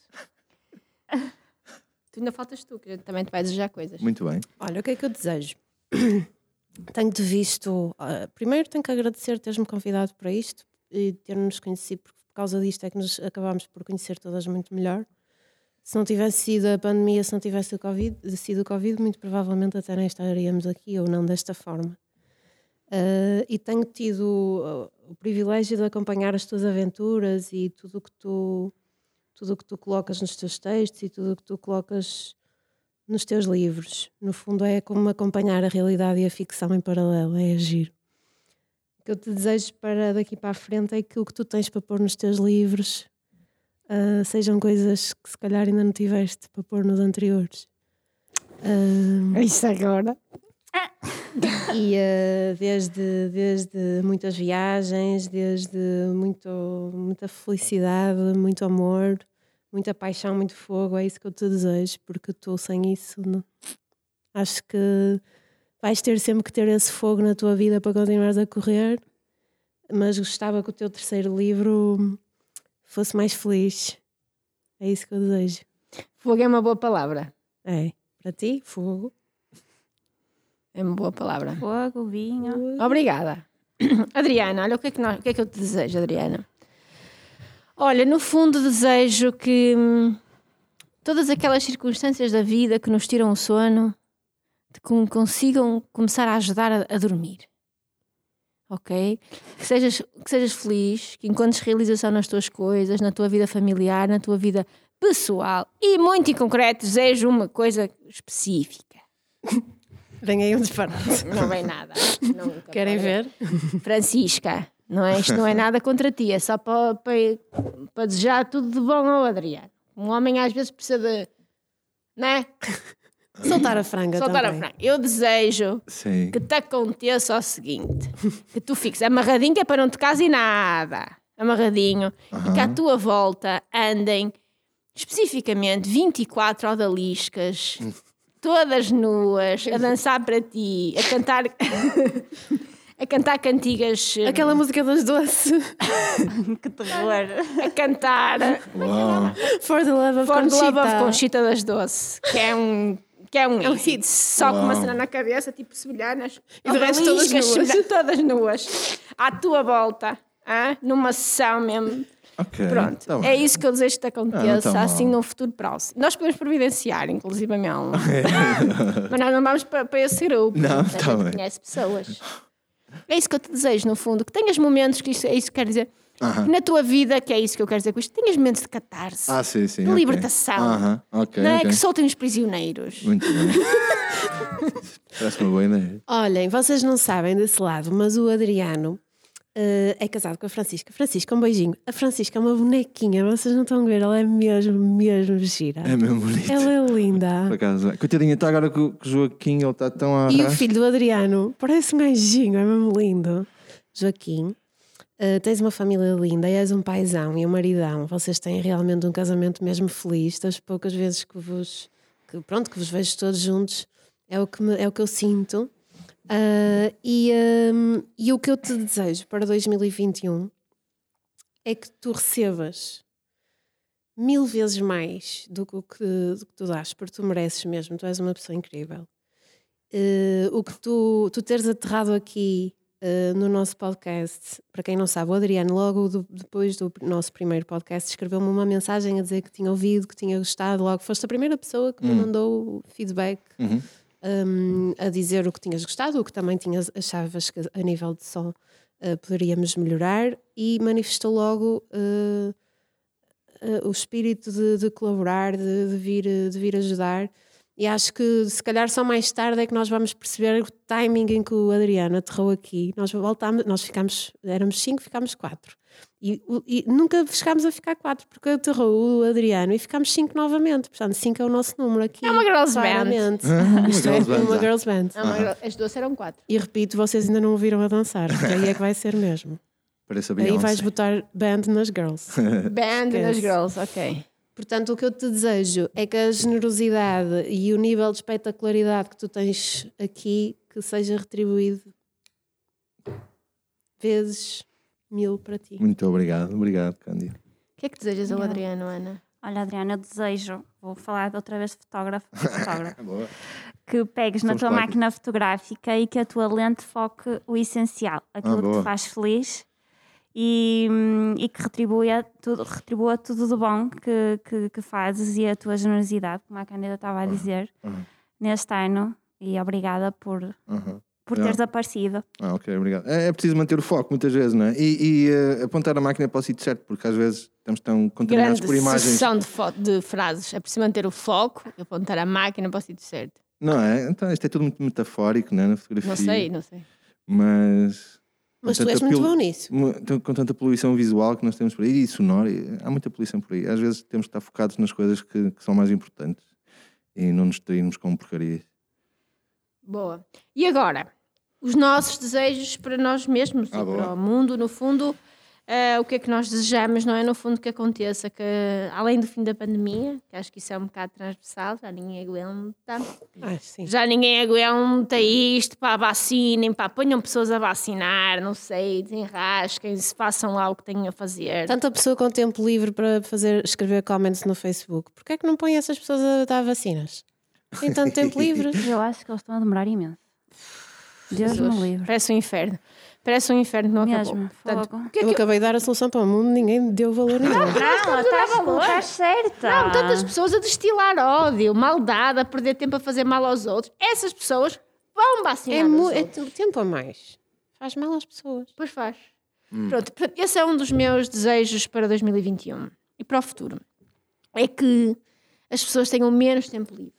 Tu ainda faltas tu, que também te vais desejar coisas. Muito bem. Olha, o que é que eu desejo? Tenho-te visto. Primeiro, tenho que agradecer teres-me convidado para isto e ter-nos conhecido, porque por causa disto é que nos acabámos por conhecer todas muito melhor. Se não tivesse sido a pandemia, se não tivesse sido o Covid, muito provavelmente até nem estaríamos aqui ou não desta forma. E tenho tido o privilégio de acompanhar as tuas aventuras e tudo o que tu colocas nos teus textos e tudo o que tu colocas nos teus livros. No fundo é como acompanhar a realidade e a ficção em paralelo, é agir. O que eu te desejo para daqui para a frente é que o que tu tens para pôr nos teus livros sejam coisas que se calhar ainda não tiveste para pôr nos anteriores. Isso agora. E desde muitas viagens, desde muita felicidade, muito amor, muita paixão, muito fogo, é isso que eu te desejo, porque tu sem isso acho que vais ter sempre que ter esse fogo na tua vida para continuares a correr, mas gostava que o teu terceiro livro fosse mais feliz. É isso que eu desejo. Fogo é uma boa palavra. É, para ti, fogo. É uma boa palavra. Fogo, vinho. Obrigada. Adriana, olha o que é que eu te desejo, Adriana? Olha, no fundo desejo que todas aquelas circunstâncias da vida que nos tiram o sono consigam começar a ajudar a dormir. Ok? Que sejas feliz, que encontres realização nas tuas coisas, na tua vida familiar, na tua vida pessoal e muito em concreto desejo uma coisa específica. Vem aí um disparate. Não vem nada. Nunca. Querem ver? Francisca, não é? Isto não é nada contra ti, é só para desejar tudo de bom ao Adriano. Um homem às vezes precisa de... Não é? Soltar a franga Soltar também. a franga. Eu desejo Sim. que te aconteça o seguinte: que tu fiques amarradinho, que é para não te cases nada. Amarradinho. E que à tua volta andem especificamente 24 odaliscas, todas nuas, a dançar para ti, a cantar a cantar cantigas, Aquela música das doce. Que terror. a cantar Uau. For the Love of For the Conchita. Love of Conchita das Doce, que é um hit, só com uma Uau. cena na cabeça, tipo semelhanas, E de resto todas nuas. todas nuas, à tua volta, numa sessão mesmo. Ok. Pronto, Tá bem. é isso que eu desejo que te aconteça, tá mal. assim num futuro próximo. Nós podemos providenciar, inclusivamente. Mas nós não vamos para esse grupo. Não, a tá gente bem. conhece pessoas. É isso que eu te desejo, no fundo. Que tenhas momentos, que é isso que quer dizer. Que na tua vida, que é isso que eu quero dizer com isto, tenhas momentos de catarse, Sim, sim. de ok. libertação. Ok, Não é? ok. Que soltem os prisioneiros. Muito bem. Parece uma boa ideia. Olhem, vocês não sabem desse lado, mas o Adriano é casado com a Francisca. Francisca, um beijinho. A Francisca é uma bonequinha, vocês não estão a ver, ela é mesmo gira. É mesmo bonito. Ela é linda. Por acaso. Coitadinha, está agora com o Joaquim, ele está tão a E o arrasto. filho do Adriano parece um anjinho, é mesmo lindo. Joaquim, tens uma família linda, és um paizão e um maridão. Vocês têm realmente um casamento mesmo feliz. Das poucas vezes que vos vejo todos juntos, é o que eu sinto. E o que eu te desejo para 2021 é que tu recebas 1000 vezes mais do que tu dás, porque tu mereces mesmo, tu és uma pessoa incrível. O que tu teres aterrado aqui no nosso podcast, para quem não sabe, o Adriano logo depois do nosso primeiro podcast escreveu-me uma mensagem a dizer que tinha ouvido, que tinha gostado, logo foste a primeira pessoa que me mandou feedback a dizer o que tinhas gostado, o que também achavas que a nível de som poderíamos melhorar, e manifestou logo o espírito de colaborar, de vir ajudar. E acho que se calhar só mais tarde é que nós vamos perceber o timing em que o Adriano aterrou aqui. Nós voltámos, éramos 5, ficámos 4. E nunca chegámos a ficar 4, porque aterrou o Adriano e ficámos 5 novamente. Portanto, 5 é o nosso número aqui. É uma girls band. claramente. Isto girls band, uma já. girls band. As duas eram 4. E repito, vocês ainda não o viram a dançar, porque aí é que vai ser mesmo. Parece a Aí vais Beyoncé. botar band nas girls. Band Esquece. nas girls, ok. Portanto, o que eu te desejo é que a generosidade e o nível de espetacularidade que tu tens aqui, que seja retribuído vezes 1000 para ti. Muito obrigado, Cândido. O que é que desejas ao Adriano, Ana? Olha, Adriana, eu desejo, vou falar de outra vez de fotógrafo, Boa. que pegues na Somos tua práticos. máquina fotográfica e que a tua lente foque o essencial, aquilo que boa. te faz feliz e que retribua tudo de bom que fazes e a tua generosidade, como a Cândida estava a dizer, neste ano. E obrigada por teres aparecido. Ok, obrigado. É preciso manter o foco muitas vezes, não é? E apontar a máquina para o sítio certo, porque às vezes estamos tão contaminados Grande por imagens. sucessão de frases. É preciso manter o foco e apontar a máquina para o sítio certo. Não é? Então isto é tudo muito metafórico, não é? Na fotografia. Não sei. Mas Tu és muito bom nisso. Com tanta poluição visual que nós temos por aí, e sonora, há muita poluição por aí. Às vezes temos que estar focados nas coisas que são mais importantes e não nos distrairmos com porcarias. Boa. E agora, os nossos desejos para nós mesmos e boa. para o mundo, no fundo, o que é que nós desejamos, não é? No fundo, que aconteça, que além do fim da pandemia, que acho que isso é um bocado transversal, já ninguém aguenta, Sim. já ninguém aguenta isto, pá, vacinem, pá, ponham pessoas a vacinar, não sei, desenrasquem-se, façam lá o que tenham a fazer. Tanta pessoa com tempo livre para escrever comments no Facebook. Porquê é que não põe essas pessoas a dar vacinas? Tem tanto tempo livre. Eu acho que eles estão a demorar imenso. Deus Jesus, me livre. parece um inferno. Parece um inferno que não acabou. Mesmo, Portanto, fogo. o que é Eu que acabei de dar a solução para o mundo, ninguém deu valor nenhum. Não, estás certa. Não, tantas pessoas a destilar ódio, maldade, a perder tempo a fazer mal aos outros. Essas pessoas vão vacinar É, os é outros. tempo a mais. Faz mal às pessoas. Pois faz. Pronto, portanto, esse é um dos meus desejos para 2021 e para o futuro. É que as pessoas tenham menos tempo livre.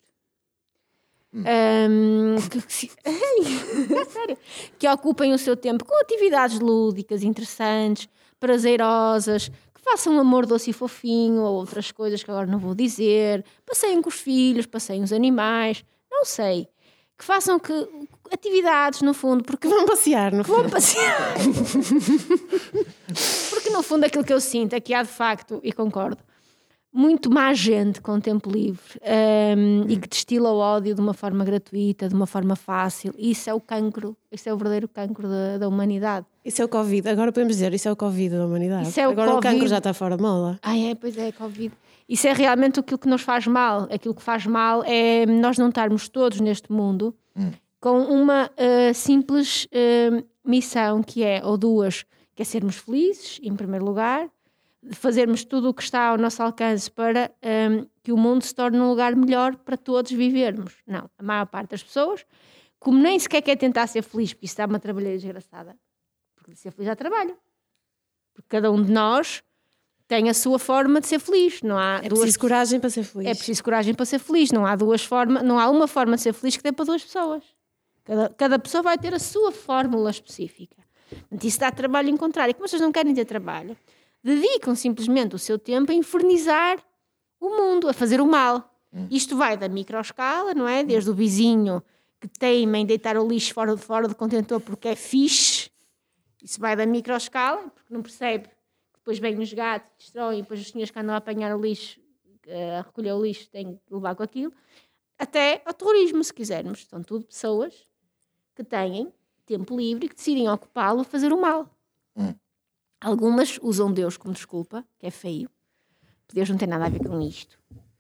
Sério, que ocupem o seu tempo com atividades lúdicas, interessantes, prazerosas, que façam amor doce e fofinho ou outras coisas que agora não vou dizer, passeiem com os filhos, passeiem os animais, não sei, que façam atividades no fundo, porque Vão passear, no fundo. vão passear. Porque no fundo aquilo que eu sinto é que há de facto, e concordo, muito má gente com tempo livre e que destila o ódio de uma forma gratuita, de uma forma fácil. Isso é o cancro, isso é o verdadeiro cancro da humanidade. Isso é o Covid. Agora podemos dizer, isso é o Covid da humanidade. Isso é o Agora Covid. o cancro já está fora de moda. Pois é, Covid. Isso é realmente aquilo que nos faz mal. Aquilo que faz mal é nós não estarmos todos neste mundo com uma simples missão que é, ou duas, que é sermos felizes, em primeiro lugar, fazermos tudo o que está ao nosso alcance para que o mundo se torne um lugar melhor para todos vivermos. Não, a maior parte das pessoas, como nem sequer quer tentar ser feliz, porque isso dá uma trabalheira desgraçada, porque ser feliz dá trabalho. Porque cada um de nós tem a sua forma de ser feliz. Não há É preciso coragem para ser feliz. É preciso coragem para ser feliz. Não há uma forma de ser feliz que dê para duas pessoas. Cada pessoa vai ter a sua fórmula específica. Portanto, isso dá trabalho encontrar. E como vocês não querem ter trabalho, dedicam simplesmente o seu tempo a infernizar o mundo, a fazer o mal. Isto vai da microescala, não é? Desde o vizinho que teima em deitar o lixo fora do contentor porque é fixe. Isso vai da microescala, porque não percebe. Depois vêm os gatos, destroem, depois os senhores que andam a apanhar o lixo, a recolher o lixo, têm que levar com aquilo. Até ao terrorismo, se quisermos. São tudo pessoas que têm tempo livre e que decidem ocupá-lo a fazer o mal. Algumas usam Deus como desculpa, que é feio. Deus não tem nada a ver com isto.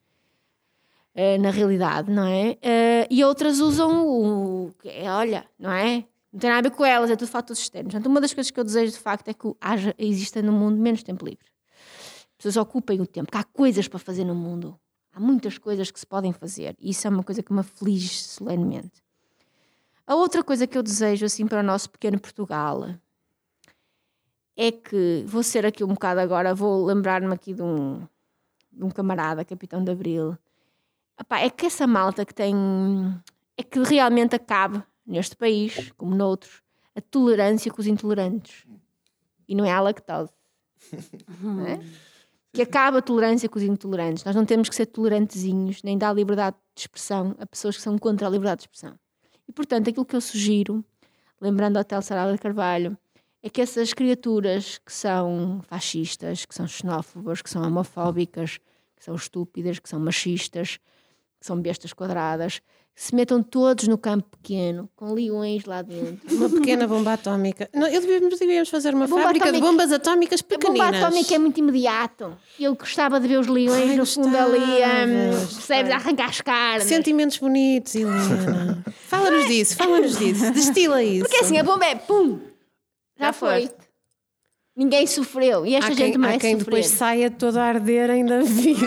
Na realidade, não é? E outras usam olha, não é? Não tem nada a ver com elas, é tudo fatores externos. Portanto, uma das coisas que eu desejo de facto é que exista no mundo menos tempo livre. As pessoas ocupem o tempo, que há coisas para fazer no mundo. Há muitas coisas que se podem fazer. E isso é uma coisa que me aflige solenemente. A outra coisa que eu desejo assim para o nosso pequeno Portugal é que, vou ser aqui um bocado agora, vou lembrar-me aqui de um camarada, Capitão de Abril. Epá, é que essa malta que tem... É que realmente acabe neste país, como noutros, a tolerância com os intolerantes. E não é a lactose. Não é? Que acaba a tolerância com os intolerantes. Nós não temos que ser tolerantezinhos, nem dar liberdade de expressão a pessoas que são contra a liberdade de expressão. E, portanto, aquilo que eu sugiro, lembrando ao Hotel Sarada de Carvalho, é que essas criaturas que são fascistas, que são xenófobas, que são homofóbicas, que são estúpidas, que são machistas, que são bestas quadradas, se metam todos no campo pequeno, com leões lá dentro. Uma pequena bomba atómica. Não, devíamos fazer uma bomba fábrica de atómica- bombas atómicas A pequeninas. bomba atómica é muito imediato. Eu gostava de ver os leões Ai, no fundo ali, gostavas. percebes, a arrancar as carnes. Sentimentos bonitos, Helena. Fala-nos disso. Destila isso. Porque assim, a bomba é pum, já foi. Ninguém sofreu. E esta gente há merece quem sofrer. depois saia todo a arder ainda vivo.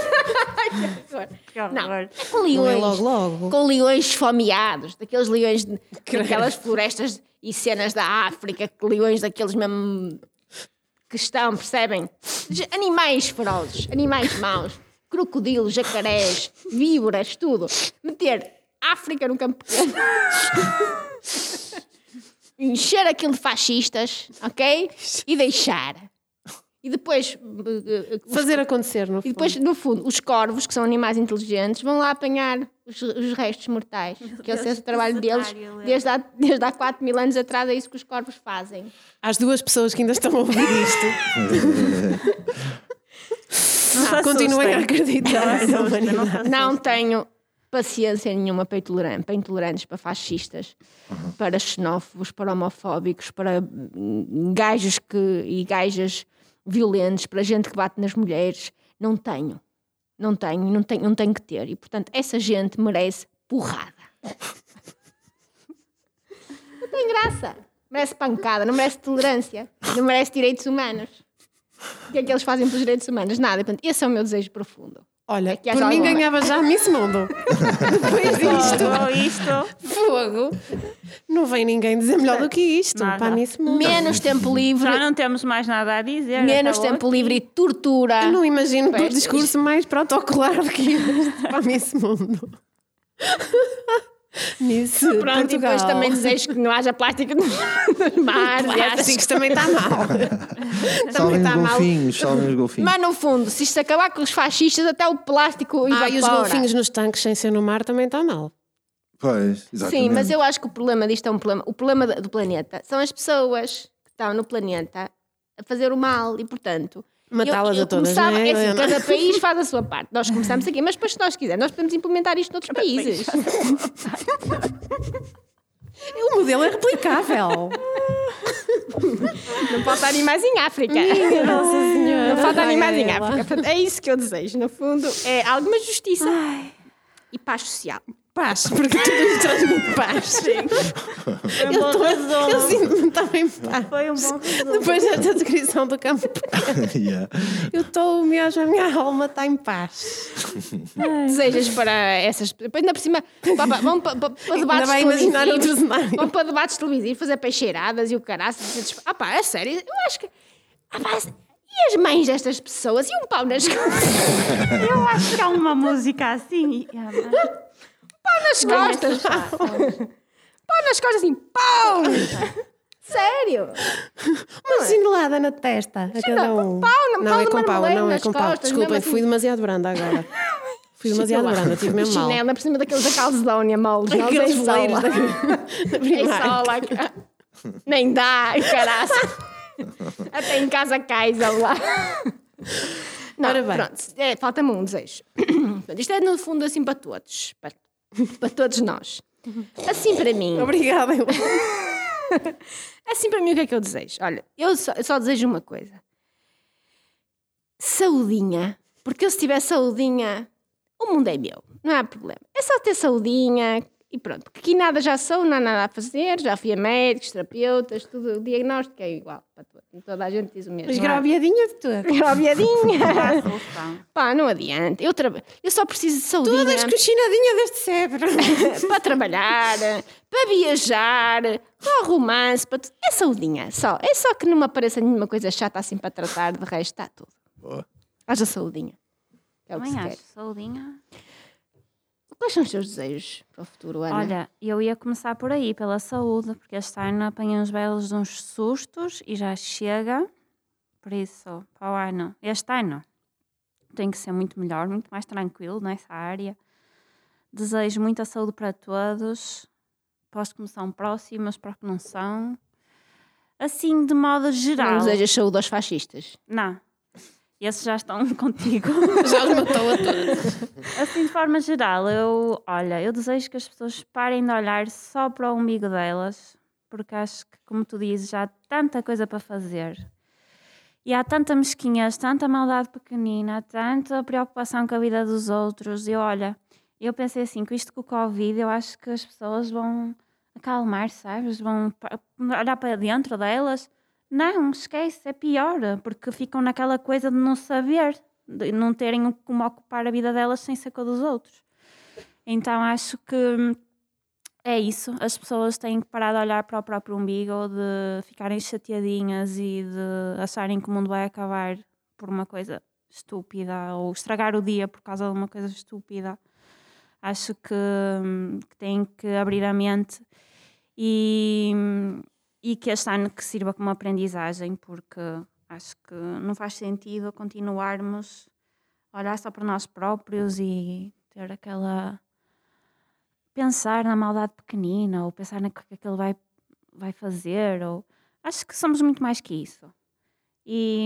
Não, é com Não leões. é logo. Com leões esfomeados, daqueles leões daquelas florestas e cenas da África, que leões daqueles mesmo que estão, percebem? Animais ferozes, animais maus, crocodilos, jacarés, víboras, tudo. Meter África no campo pequeno. Encher aquilo de fascistas, ok? E deixar. E depois Fazer acontecer, no e fundo. depois, no fundo, os corvos, que são animais inteligentes, vão lá apanhar os restos mortais. Que esse é o trabalho deles. Desde há 4 mil anos atrás é isso que os corvos fazem. Às duas pessoas que ainda estão a ouvir isto, continuem a acreditar na humanidade. Não tenho paciência nenhuma para intolerantes, para fascistas, para xenófobos, para homofóbicos, para gajos e gajas violentos, para gente que bate nas mulheres. Não tenho que ter. E, portanto, essa gente merece porrada. Não tem graça. Merece pancada, não merece tolerância, não merece direitos humanos. O que é que eles fazem pelos direitos humanos? Nada. Portanto, esse é o meu desejo profundo. Olha, que por haja mim alguma- ganhava já a Miss Mundo. Depois disto, Isto. fogo. Não vem ninguém dizer melhor do que isto. Nada. Para a Miss Mundo. Menos tempo livre, Já não temos mais nada a dizer. menos acabou tempo aqui. livre e tortura. Eu não imagino um Pois. discurso mais protocolar do que este para a Miss Mundo. Nisso, Pronto, e Portugal. depois também desejo que não haja plástico nos mares. e essas Plásticos também está mal. Salvem os está mal. golfinhos, salvem os golfinhos. Mas no fundo, se isto acabar com os fascistas, até o plástico evapora. E os golfinhos nos tanques sem ser no mar também está mal. Pois, exatamente. Sim, mas eu acho que o problema disto é um problema. O problema do planeta são as pessoas que estão no planeta a fazer o mal e, portanto. Matá-las eu a todas, começava, não é, é assim, Helena? cada país faz a sua parte. Nós começamos aqui, mas depois, se nós quisermos, nós podemos implementar isto noutros países. O modelo é replicável. Não falta animais em África. Nossa Senhora. Não falta animais em Ela. África. Portanto, é isso que eu desejo. No fundo, é alguma justiça e paz social. Paz, porque tudo nos transmite paz. Eu sinto-me tão em paz. Foi um bom resumo. Depois desta descrição do campo, Yeah. eu estou, a minha alma está em paz. Desejas para essas. Depois, ainda por cima, vão para Ainda debates vai imaginar outro televisivos. cenário. Vão para debates televisivos, fazer peixeiradas e o caraças. Ah pá, é sério, eu acho que. Ah pá, e as mães destas pessoas? E um pau nas costas? Eu acho que há uma música assim. Pau nas costas! Pau nas costas assim, pau! Sério? Uma chinelada na testa a cada um. pau, Não pau é de com pau, marmelada não é nas com pau. costas, Desculpem, mesmo assim. fui demasiado branda agora. Fui demasiado branda, tive mesmo mal. Chinela por cima daqueles da calcedónia moles. não, Aqueles sem veleiros sola. da Sem primária. sola. Nem dá, caraça. Até em casa cais, lá. Não, Ora bem. pronto, falta-me um desejo. Portanto, isto é no fundo assim para todos. Para todos nós. Assim para mim. Obrigada. Assim para mim o que é que eu desejo? Olha, eu só desejo uma coisa. Saudinha. Porque eu se tiver saudinha, o mundo é meu. Não há problema. É só ter saudinha e pronto. Porque aqui nada já sou, não há nada a fazer. Já fui a médicos, terapeutas, tudo. O diagnóstico é igual para todos. Toda a gente diz o mesmo. Mas graviadinha de tudo. Graviadinha. Solução. Pá, não adianta. Eu só preciso de saudinha. Todas coxinadinhas deste cérebro. Para trabalhar, para viajar, para o romance, para tudo. É saudinha, só. É só que não me apareça nenhuma coisa chata assim para tratar, de resto está tudo. Boa. Haja saudinha. É o que se Também quer. acho. Saudinha. Quais são os teus desejos para o futuro, Ana? Olha, eu ia começar por aí, pela saúde, porque este ano apanhei uns belos uns sustos e já chega. Por isso, para o ano, este ano, tem que ser muito melhor, muito mais tranquilo nessa área. Desejo muita saúde para todos, para os que me são próximos, para os que não são. Assim, de modo geral. Não desejas saúde aos fascistas. Não. Esses já estão contigo. Já os matou a todos. Assim, de forma geral, eu desejo que as pessoas parem de olhar só para o umbigo delas, porque acho que, como tu dizes, já há tanta coisa para fazer. E há tanta mesquinhez, tanta maldade pequenina, tanta preocupação com a vida dos outros. E olha, eu pensei assim, com isto com o Covid, eu acho que as pessoas vão acalmar, sabes? Vão olhar para dentro delas. Não, esquece, é pior, porque ficam naquela coisa de não saber, de não terem como ocupar a vida delas sem ser com a dos outros. Então acho que é isso, as pessoas têm que parar de olhar para o próprio umbigo, de ficarem chateadinhas e de acharem que o mundo vai acabar por uma coisa estúpida ou estragar o dia por causa de uma coisa estúpida. Acho que têm que abrir a mente e que este ano que sirva como aprendizagem, porque acho que não faz sentido continuarmos a olhar só para nós próprios e ter aquela... pensar na maldade pequenina ou pensar no que aquele vai fazer. Acho que somos muito mais que isso. E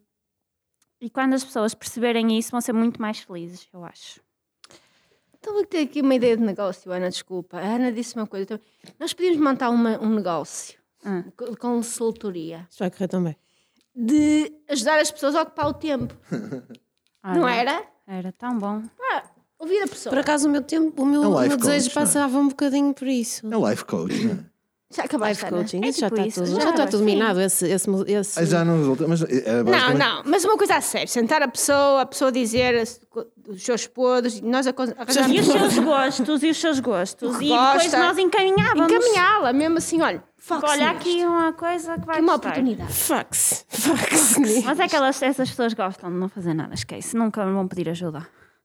quando as pessoas perceberem isso, vão ser muito mais felizes, eu acho. Então vou ter aqui uma ideia de negócio, Ana, desculpa. A Ana disse uma coisa. Então, nós podíamos montar um negócio com consultoria Isto vai correr também. de ajudar as pessoas a ocupar o tempo. Olha, Não era? Era tão bom. Ouvir a pessoa. Por acaso o meu tempo, o meu life desejo coach, não é? passava um bocadinho por isso. É life coach, não é? Já acabaste, Life Ana? coaching, É isso já tipo está isso, tudo, já, já está tudo sim. minado. Esse Já não resulta, mas Não, mas uma coisa a sério. Sentar a pessoa dizer os seus podres, nós E arranjamos os seus gostos, e os seus gostos. O que E depois gosta. nós encaminhávamos. encaminhá-la, mesmo assim, olha, foca-se Olha nisto. aqui uma coisa que vai Aqui uma gostar. oportunidade. Fax. Mas é que essas pessoas gostam de não fazer nada, esquece. Nunca vão pedir ajuda.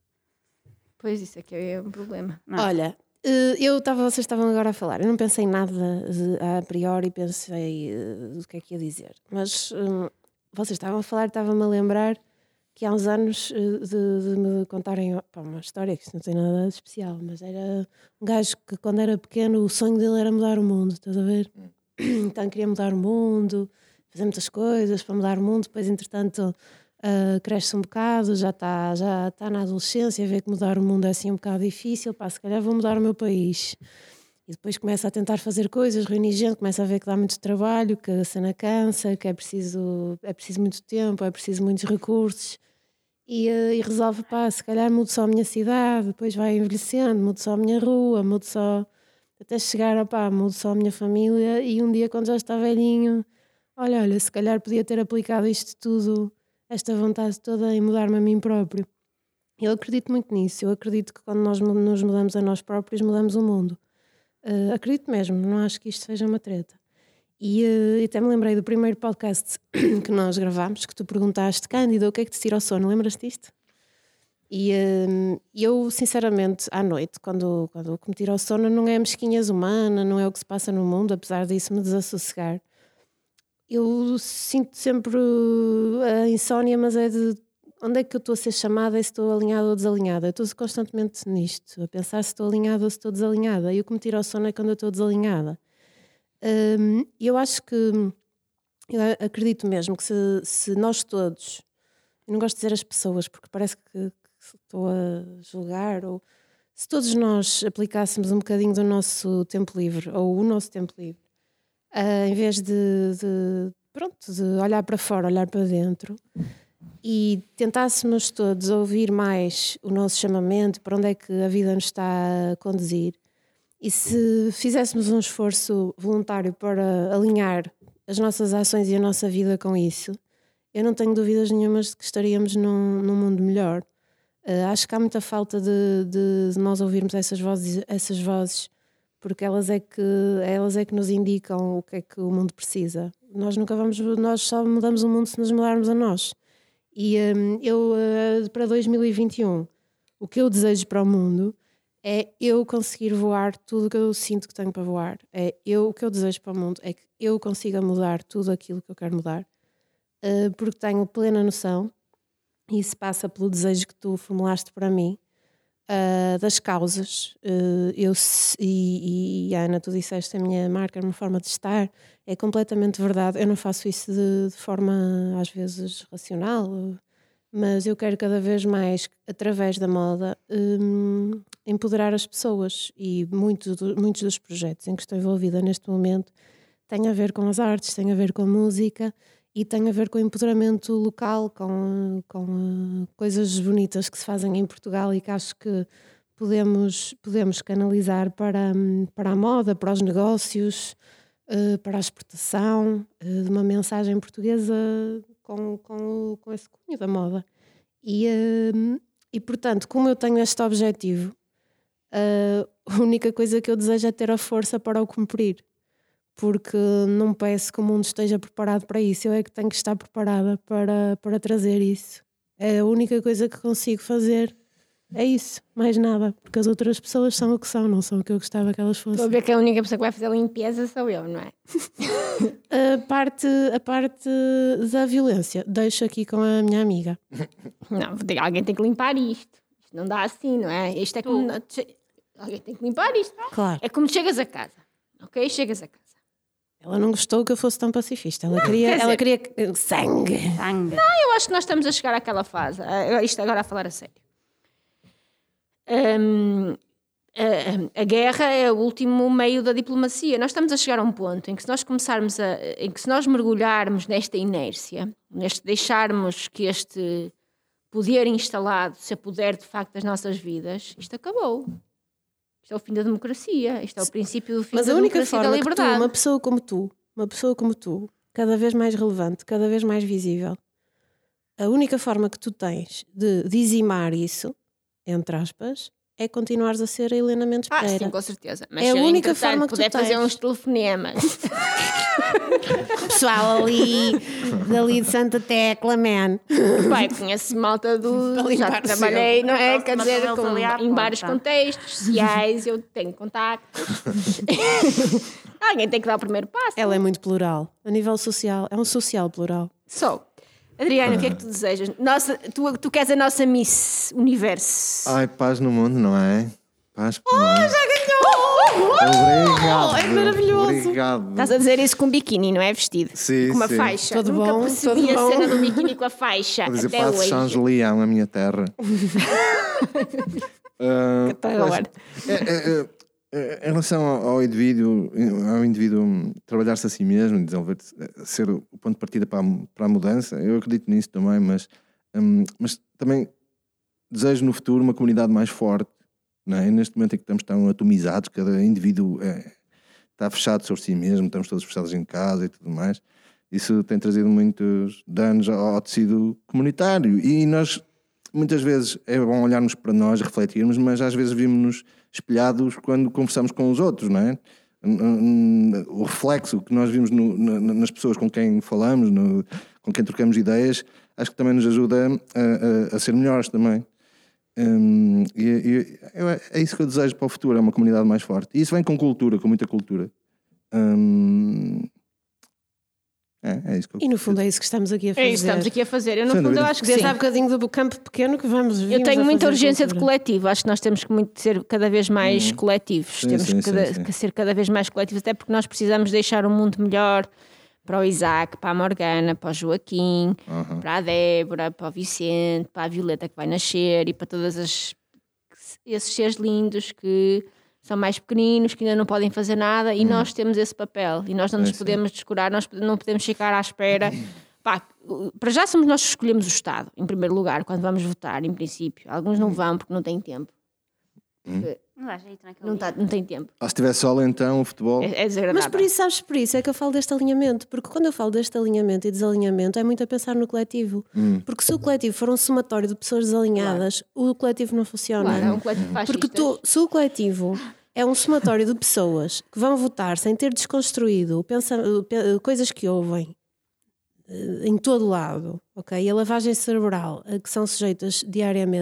Pois isso é que é um problema. Não. Olha, vocês estavam agora a falar, eu não pensei nada a priori, pensei do que é que ia dizer, mas vocês estavam a falar, estava-me a lembrar que há uns anos de me contarem uma história que isto não tem nada de especial, mas era um gajo que quando era pequeno o sonho dele era mudar o mundo, estás a ver? Então queria mudar o mundo, fazer muitas coisas para mudar o mundo, depois entretanto cresce um bocado, já está na adolescência, vê que mudar o mundo é assim um bocado difícil, se calhar vou mudar o meu país. E depois começa a tentar fazer coisas, reunir gente, começa a ver que dá muito trabalho, que a cena cansa, que é preciso muito tempo, é preciso muitos recursos. E resolve, se calhar mudo só a minha cidade, depois vai envelhecendo, mudo só a minha rua, mudo só... Até chegar, mudo só a minha família e um dia quando já está velhinho, olha, se calhar podia ter aplicado isto tudo, esta vontade toda em mudar-me a mim próprio. Eu acredito muito nisso, eu acredito que quando nós nos mudamos a nós próprios, mudamos o mundo. Acredito mesmo, não acho que isto seja uma treta. E até me lembrei do primeiro podcast que nós gravámos, que tu perguntaste, Cândida, o que é que te tira o sono? Lembras-te disto? E eu, sinceramente, à noite, quando o que me tira o sono não é a mesquinhez humana, não é o que se passa no mundo, apesar disso me desassossegar. Eu sinto sempre a insónia, mas é de onde é que eu estou a ser chamada e se estou alinhada ou desalinhada. Eu estou constantemente nisto, a pensar se estou alinhada ou se estou desalinhada. E o que me tira o sono é quando eu estou desalinhada. Eu acho que, eu acredito mesmo que se nós todos, eu não gosto de dizer as pessoas porque parece que estou a julgar, ou se todos nós aplicássemos um bocadinho do nosso tempo livre, ou o nosso tempo livre, em vez de olhar para fora, olhar para dentro, e tentássemos todos ouvir mais o nosso chamamento, para onde é que a vida nos está a conduzir, e se fizéssemos um esforço voluntário para alinhar as nossas ações e a nossa vida com isso, eu não tenho dúvidas nenhumas de que estaríamos num mundo melhor. Acho que há muita falta de nós ouvirmos essas vozes, porque elas é que nos indicam o que é que o mundo precisa. Nós só mudamos o mundo se nos mudarmos a nós. E eu, para 2021, o que eu desejo para o mundo é eu conseguir voar tudo o que eu sinto que tenho para voar. O que eu desejo para o mundo é que eu consiga mudar tudo aquilo que eu quero mudar, porque tenho plena noção, e isso passa pelo desejo que tu formulaste para mim, das causas. E Ana, tu disseste, a minha marca é uma forma de estar, é completamente verdade. Eu não faço isso de forma às vezes racional, mas eu quero cada vez mais, através da moda, empoderar as pessoas, e muitos dos projetos em que estou envolvida neste momento têm a ver com as artes, têm a ver com a música e têm a ver com o empoderamento local, com coisas bonitas que se fazem em Portugal e que acho que podemos canalizar para a moda, para os negócios, para a exportação, de uma mensagem portuguesa com esse cunho da moda. E portanto, como eu tenho este objetivo, a única coisa que eu desejo é ter a força para o cumprir, porque não peço que o mundo esteja preparado para isso, eu é que tenho que estar preparada para trazer isso. É a única coisa que consigo fazer, é isso, mais nada, porque as outras pessoas são o que são, não são o que eu gostava que elas fossem. Estou a ver que a única pessoa que vai fazer a limpeza sou eu, não é? A parte da violência deixo aqui com a minha amiga. Não, alguém tem que limpar isto. Isto não dá assim, não é? Isto é como... Alguém tem que limpar isto. Claro. É como chegas a casa, ok? Chegas a casa. Ela não gostou que eu fosse tão pacifista. Ela queria sangue. Eu acho que nós estamos a chegar àquela fase. Isto agora a falar a sério. A guerra é o último meio da diplomacia. Nós estamos a chegar a um ponto em que, se nós se nós mergulharmos nesta inércia, deixarmos que este poder instalado se apodere de facto das nossas vidas, isto acabou. Isto é o fim da democracia. Isto é o princípio do fim da democracia e da liberdade. Mas a única forma que uma pessoa como tu, cada vez mais relevante, cada vez mais visível, a única forma que tu tens de dizimar isso, entre aspas, é continuares a ser a Helena Mendes Pereira. Sim, com certeza. Mas é a única forma que puder tu tens. fazer uns telefonemas. Pessoal dali de Santa Tecla, man. Pai, conheço malta já trabalhei, não é? Quer dizer, em vários contextos sociais, eu tenho contactos. Alguém tem que dar o primeiro passo. Ela é muito plural. A nível social, é um social plural. Adriana, o que é que tu desejas? Tu queres a nossa Miss Universo? Ai, paz no mundo, não é? Paz no mundo. Já ganhou! Obrigado. É maravilhoso. Obrigado. Estás a dizer isso com biquíni, não é? Vestido. Sim, com uma sim. faixa. Todo Nunca bom, percebi todo a bom. cena do biquíni com a faixa. Vou dizer, Até passo hoje. Change-Leão, a minha terra. Em relação ao indivíduo trabalhar-se a si mesmo, desenvolver, ser o ponto de partida para a mudança, eu acredito nisso também, mas também desejo no futuro uma comunidade mais forte, não é? Neste momento em que estamos tão atomizados, cada indivíduo está fechado sobre si mesmo, estamos todos fechados em casa e tudo mais, isso tem trazido muitos danos ao tecido comunitário, e nós muitas vezes é bom olharmos para nós, refletirmos, mas às vezes vimos-nos espelhados quando conversamos com os outros, não é? O reflexo que nós vimos nas pessoas com quem falamos, com quem trocamos ideias, acho que também nos ajuda a ser melhores também. É isso que eu desejo para o futuro, é uma comunidade mais forte. E isso vem com cultura, com muita cultura. É isso que eu E no fundo é isso que estamos aqui a fazer. É isso que estamos aqui a fazer. Eu, no Sem fundo, dúvida. eu acho que Desde sim. há bocadinho do campo pequeno que vimos Eu tenho a muita fazer urgência de cultura. coletivo. Acho que nós temos que ser cada vez mais coletivos. Sim, Temos sim, que ser cada vez mais coletivos, até porque nós precisamos deixar um mundo melhor para o Isaac, para a Morgana, para o Joaquim, para a Débora, para o Vicente, para a Violeta que vai nascer e para todos esses seres lindos que são mais pequeninos, que ainda não podem fazer nada, e nós temos esse papel e nós não nos podemos descurar, nós não podemos ficar à espera. Pá, para já somos nós que escolhemos o Estado, em primeiro lugar, quando vamos votar, em princípio. Alguns não vão porque não têm tempo. Não dá jeito naquele dia. Não tem tempo. Se tiver sol, então o futebol. É desagradável. Mas por isso é que eu falo deste alinhamento, porque quando eu falo deste alinhamento e desalinhamento é muito a pensar no coletivo, porque se o coletivo for um somatório de pessoas desalinhadas, o coletivo não funciona. Claro, é um coletivo fascista. Porque se o coletivo é um somatório de pessoas que vão votar sem ter desconstruído coisas que ouvem em todo lado, ok? E a lavagem cerebral a que são sujeitas diariamente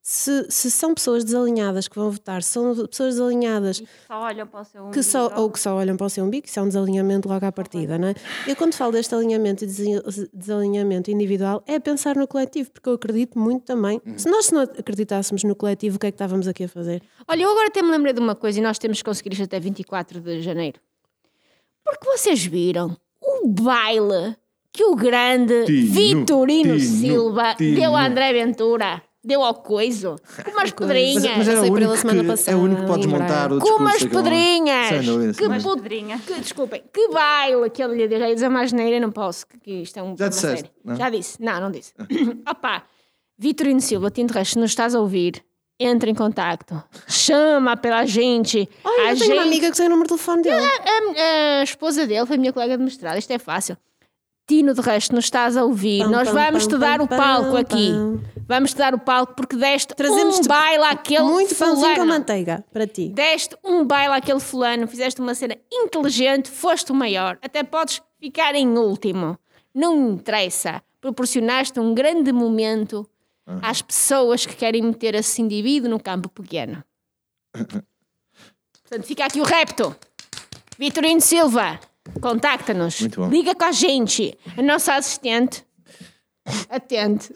Se são pessoas desalinhadas que vão votar, são pessoas desalinhadas E que só olham para o seu que só olham para o seu umbigo, isso é um desalinhamento logo à partida, não é? Eu quando falo deste alinhamento e desalinhamento individual é pensar no coletivo, porque eu acredito muito também. Se nós não acreditássemos no coletivo, o que é que estávamos aqui a fazer? Olha, eu agora até me lembrei de uma coisa e nós temos que conseguir isto até 24 de janeiro. Porque vocês viram o baile que o grande Vitorino Silva deu a André Ventura? Deu ao coiso? Com umas pedrinhas. Mas era Passei o por ele único, semana passada, é o único que podes em montar o Braga. Com discurso umas daquele- pedrinhas. Sem dúvida, Que mas- puto- pedrinha. desculpem, que baile que ele lhe deu. Já ia dizer mais neira, não posso, que isto é um Já uma disseste, série. não? Já disse. Não disse. Opá, Vitorino Silva, Tinto Resto, se nos estás a ouvir, entra em contacto. Chama pela gente. Olha, a eu tenho uma gente- amiga que tem o número de telefone dele. a esposa dele foi minha colega de mestrado. Isto é fácil. Tino, de resto, nos estás a ouvir. Pam, Nós pam, vamos pam, te dar pam, o palco pam, aqui. pam. Vamos te dar o palco porque deste Trazemos-te um baile àquele muito pãozinho com fulano. manteiga para ti. Deste um baile àquele fulano, fizeste uma cena inteligente, foste o maior. Até podes ficar em último. Não interessa. Proporcionaste um grande momento às pessoas que querem meter esse indivíduo no campo pequeno. Portanto, fica aqui o repto. Vitorino Silva, contacta-nos. Muito bom. Liga com a gente. A nossa assistente atende.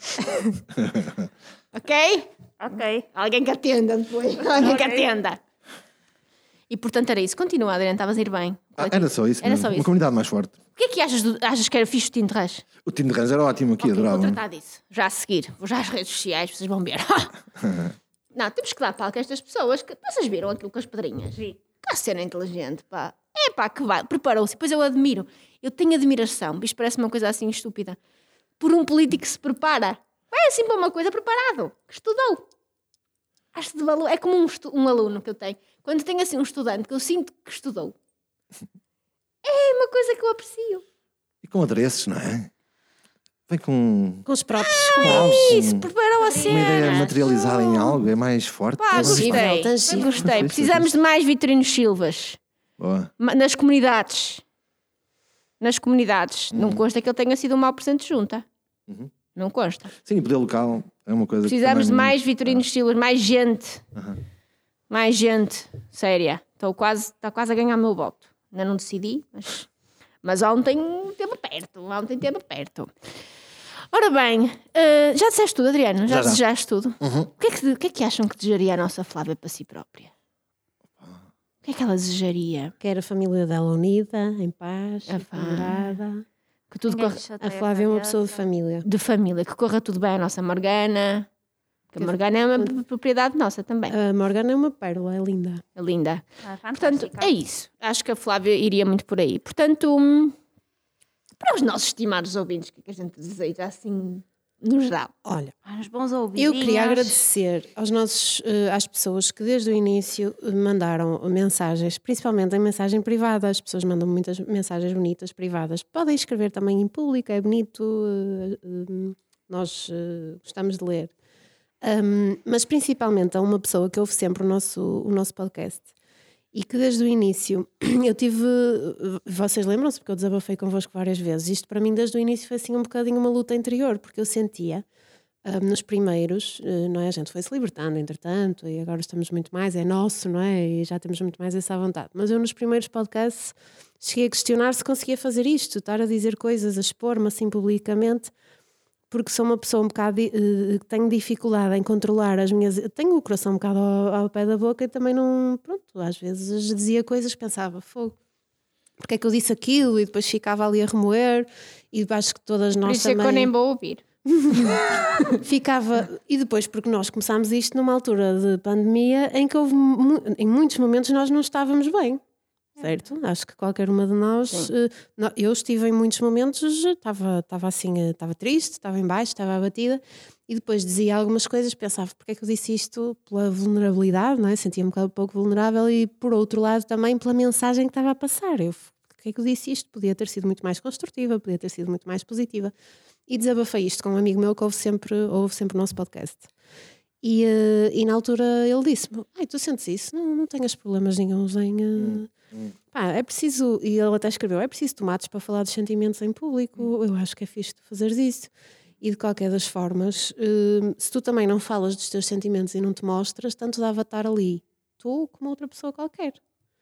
Ok? Ok. Alguém que atenda depois. Alguém que atenda. E portanto era isso. Continua, Adriana, estavas a ir bem. Era só isso. Era mesmo. só Uma isso. comunidade mais forte. O que é que achas que era fixe o Tinto Reis? O time de Rãs era ótimo aqui, Ok, vou adorava. tratar disso. Já a seguir. Vou já às redes sociais, vocês vão ver. Não, temos que dar palco a estas pessoas. Vocês viram aquilo com as pedrinhas? Vi. Que cena inteligente, pá. É pá, que vai. Preparou-se. Depois eu admiro. Eu tenho admiração. Isto parece uma coisa assim estúpida. Por um político que se prepara. Vai assim para uma coisa preparado. Que estudou. Acho de valor. É como um aluno que eu tenho. Quando tenho assim um estudante que eu sinto que estudou. É uma coisa que eu aprecio. E com adereços, não é? Vem com Com os próprios. algo, Isso, com preparou a uma ideia cena. materializada em algo, é mais forte. Pá, Tangível, gostei. tangível. Gostei. Fixe, Precisamos fixe. de mais Vitorinos Silvas. Boa. Nas comunidades. Nas comunidades. Não consta que ele tenha sido um mau presente junta. Não consta. Sim, o poder local é uma coisa Precisamos que de também... mais Vitorinos Silvas, mais gente. Mais gente. Séria. Está quase a ganhar o meu voto. Ainda não decidi, mas ontem teve perto. Ora bem, já disseste tudo, Adriano? Já Já. desejaste tudo? O que é que acham que desejaria a nossa Flávia para si própria? O que é que ela desejaria? Quer a família dela unida, em paz, A paz. equilibrada. Que tudo Ninguém corra lhe chateia A Flávia é uma pessoa de cabeça. família. de família, que corra tudo bem a nossa Morgana. Que a Morgana é uma propriedade nossa também. A Morgana é uma pérola, é linda. É linda. Ah, Portanto, fantástica. é isso. Acho que a Flávia iria muito por aí. Portanto, para os nossos estimados ouvintes, o que é que a gente deseja assim, no geral? Olha, Para os bons ouvidos. eu queria agradecer às pessoas que desde o início mandaram mensagens, principalmente em mensagem privada. As pessoas mandam muitas mensagens bonitas, privadas. Podem escrever também em público, é bonito. Nós gostamos de ler. Mas principalmente a uma pessoa que ouve sempre o nosso podcast e que desde o início eu tive, vocês lembram-se porque eu desabafei convosco várias vezes, isto para mim desde o início foi assim um bocadinho uma luta interior, porque eu sentia nos primeiros, não é? A gente foi-se libertando entretanto e agora estamos muito mais, é nosso, não é? E já temos muito mais essa vontade, mas eu nos primeiros podcasts cheguei a questionar se conseguia fazer isto, estar a dizer coisas, a expor-me assim publicamente, porque sou uma pessoa um bocado que tenho dificuldade em controlar as minhas... Tenho o coração um bocado ao pé da boca e também não... Pronto, às vezes dizia coisas, pensava, fogo, porque é que eu disse aquilo? E depois ficava ali a remoer e acho que todas Por nós isso é que eu também... nem vou ouvir. Ficava... E depois, porque nós começámos isto numa altura de pandemia em que houve... Em muitos momentos nós não estávamos bem. Certo? Acho que qualquer uma de nós... eu estive em muitos momentos, estava assim, estava triste, estava em baixo, estava abatida e depois dizia algumas coisas, pensava, porque é que eu disse isto? Pela vulnerabilidade, não é? Sentia-me um pouco vulnerável e por outro lado também pela mensagem que estava a passar. Porque é que eu disse isto? Podia ter sido muito mais construtiva, podia ter sido muito mais positiva. E desabafei isto com um amigo meu que ouve sempre o nosso podcast. E na altura ele disse-me, tu sentes isso? Não tenhas problemas nenhuns em... Pá, é preciso, e ele até escreveu, é preciso tomates para falar dos sentimentos em público, eu acho que é fixe tu fazeres isso. E de qualquer das formas, se tu também não falas dos teus sentimentos e não te mostras, tanto dava estar ali, tu como outra pessoa qualquer.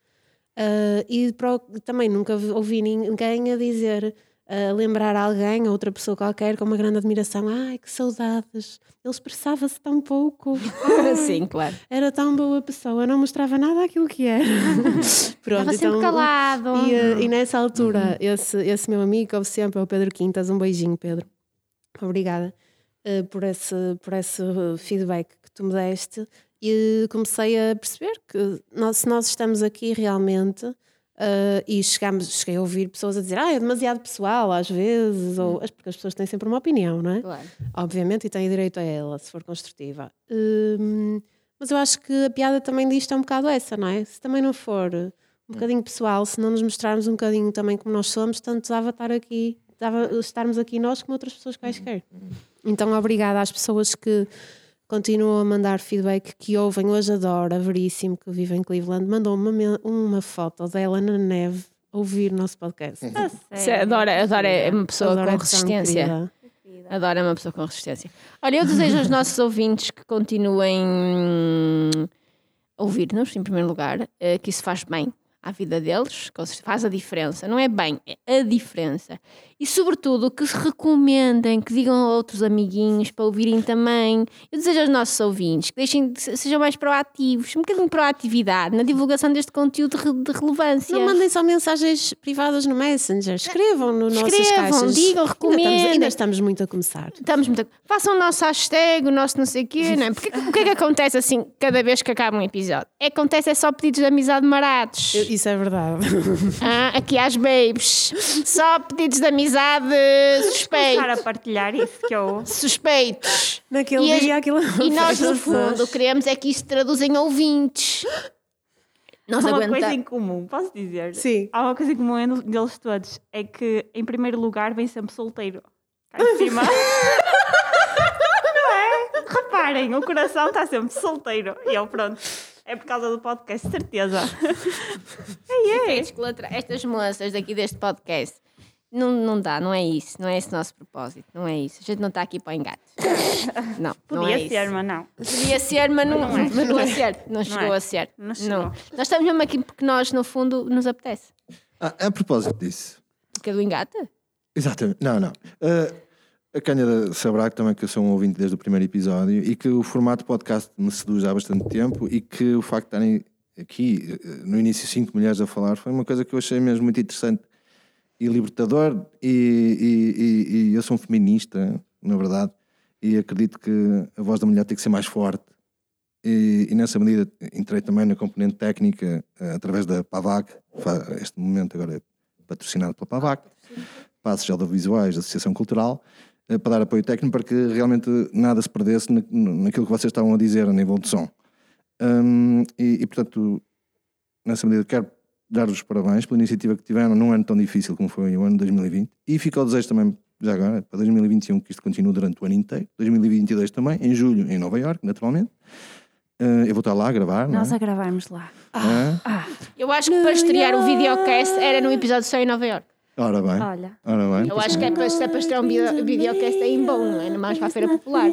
Também nunca ouvi ninguém a dizer, a lembrar alguém, a outra pessoa qualquer, com uma grande admiração: ai, que saudades, ele expressava-se tão pouco. Sim, claro. Era tão boa pessoa, não mostrava nada aquilo que era. Pronto, Estava sempre calado. E nessa altura, esse meu amigo, como sempre, é o Pedro Quintas. Um beijinho, Pedro. Obrigada por esse feedback que tu me deste. E comecei a perceber que se nós estamos aqui realmente, e cheguei a ouvir pessoas a dizer: é demasiado pessoal às vezes, porque as pessoas têm sempre uma opinião, não é? Claro. Obviamente, e têm direito a ela, se for construtiva. Mas eu acho que a piada também disto é um bocado essa, não é? Se também não for um bocadinho pessoal, se não nos mostrarmos um bocadinho também como nós somos, tanto dava estarmos aqui nós como outras pessoas quaisquer. Então, obrigada às pessoas que continuam a mandar feedback, que ouvem. Hoje adoro a Veríssimo, que vive em Cleveland, mandou uma foto dela na neve a ouvir o nosso podcast. Adora, é uma pessoa Adoro, com é tão resistência. querida. Adoro, é uma pessoa com resistência. Olha, eu desejo aos nossos ouvintes que continuem a ouvir-nos, em primeiro lugar, que isso faz bem à vida deles, que faz a diferença. Não é bem, é a diferença. E, sobretudo, que se recomendem, que digam a outros amiguinhos para ouvirem também. Eu desejo aos nossos ouvintes que sejam mais proativos, um bocadinho de proatividade na divulgação deste conteúdo de relevância. Não mandem só mensagens privadas no Messenger. Escrevam no nossas caixas. Digam, recomendem. Ainda estamos muito a começar. Façam o nosso hashtag, o nosso não sei o quê, não é? Porque o que é que acontece assim cada vez que acaba um episódio? Acontece só pedidos de amizade marados. Isso é verdade. Aqui às babes. Só pedidos de amizade suspeitos. Começar a partilhar isso que eu... Suspeitos. Naquele dia aquilo... E nós, no fundo, queremos é que isso traduza em ouvintes. Nós Há uma aguentamos. coisa em comum, posso dizer? Sim. Há uma coisa em comum deles todos. É que, em primeiro lugar, vem sempre solteiro. Cá em cima. Não é? Reparem, o coração está sempre solteiro. E eu, pronto. É por causa do podcast, certeza. Estas moças daqui deste podcast. Não dá, não é isso. Não é esse o nosso propósito. Não é isso. A gente não está aqui para o engate. Não, não é Podia isso. ser, mas não. Podia ser, mas não é certo. Não chegou a ser. Não chegou. Nós estamos mesmo aqui porque nós, no fundo, nos apetece. A propósito disso. Que é do engate? Exatamente. Não. A Cândida saberá que também que eu sou um ouvinte desde o primeiro episódio e que o formato podcast me seduz há bastante tempo e que o facto de estarem aqui, no início, 5 mulheres a falar, foi uma coisa que eu achei mesmo muito interessante e libertador. E eu sou um feminista, na verdade, e acredito que a voz da mulher tem que ser mais forte. E nessa medida entrei também na componente técnica através da PAVAC. Este momento agora é patrocinado pela PAVAC, Passos Audiovisuais da Associação Cultural, para dar apoio técnico para que realmente nada se perdesse naquilo que vocês estavam a dizer a nível de som. Portanto, nessa medida quero dar-vos os parabéns pela iniciativa que tiveram num ano tão difícil como foi o ano de 2020, e fica o desejo também, já agora, para 2021, que isto continue durante o ano inteiro, 2022 também, em julho, em Nova Iorque, naturalmente. Eu vou estar lá a gravar. Nós não é? a gravarmos lá. Eu acho que para estrear o videocast era no episódio só em Nova Iorque. Ora bem. Olha. Eu acho que é para estrear um videocast aí em bom, não é? Mais para a Feira Popular.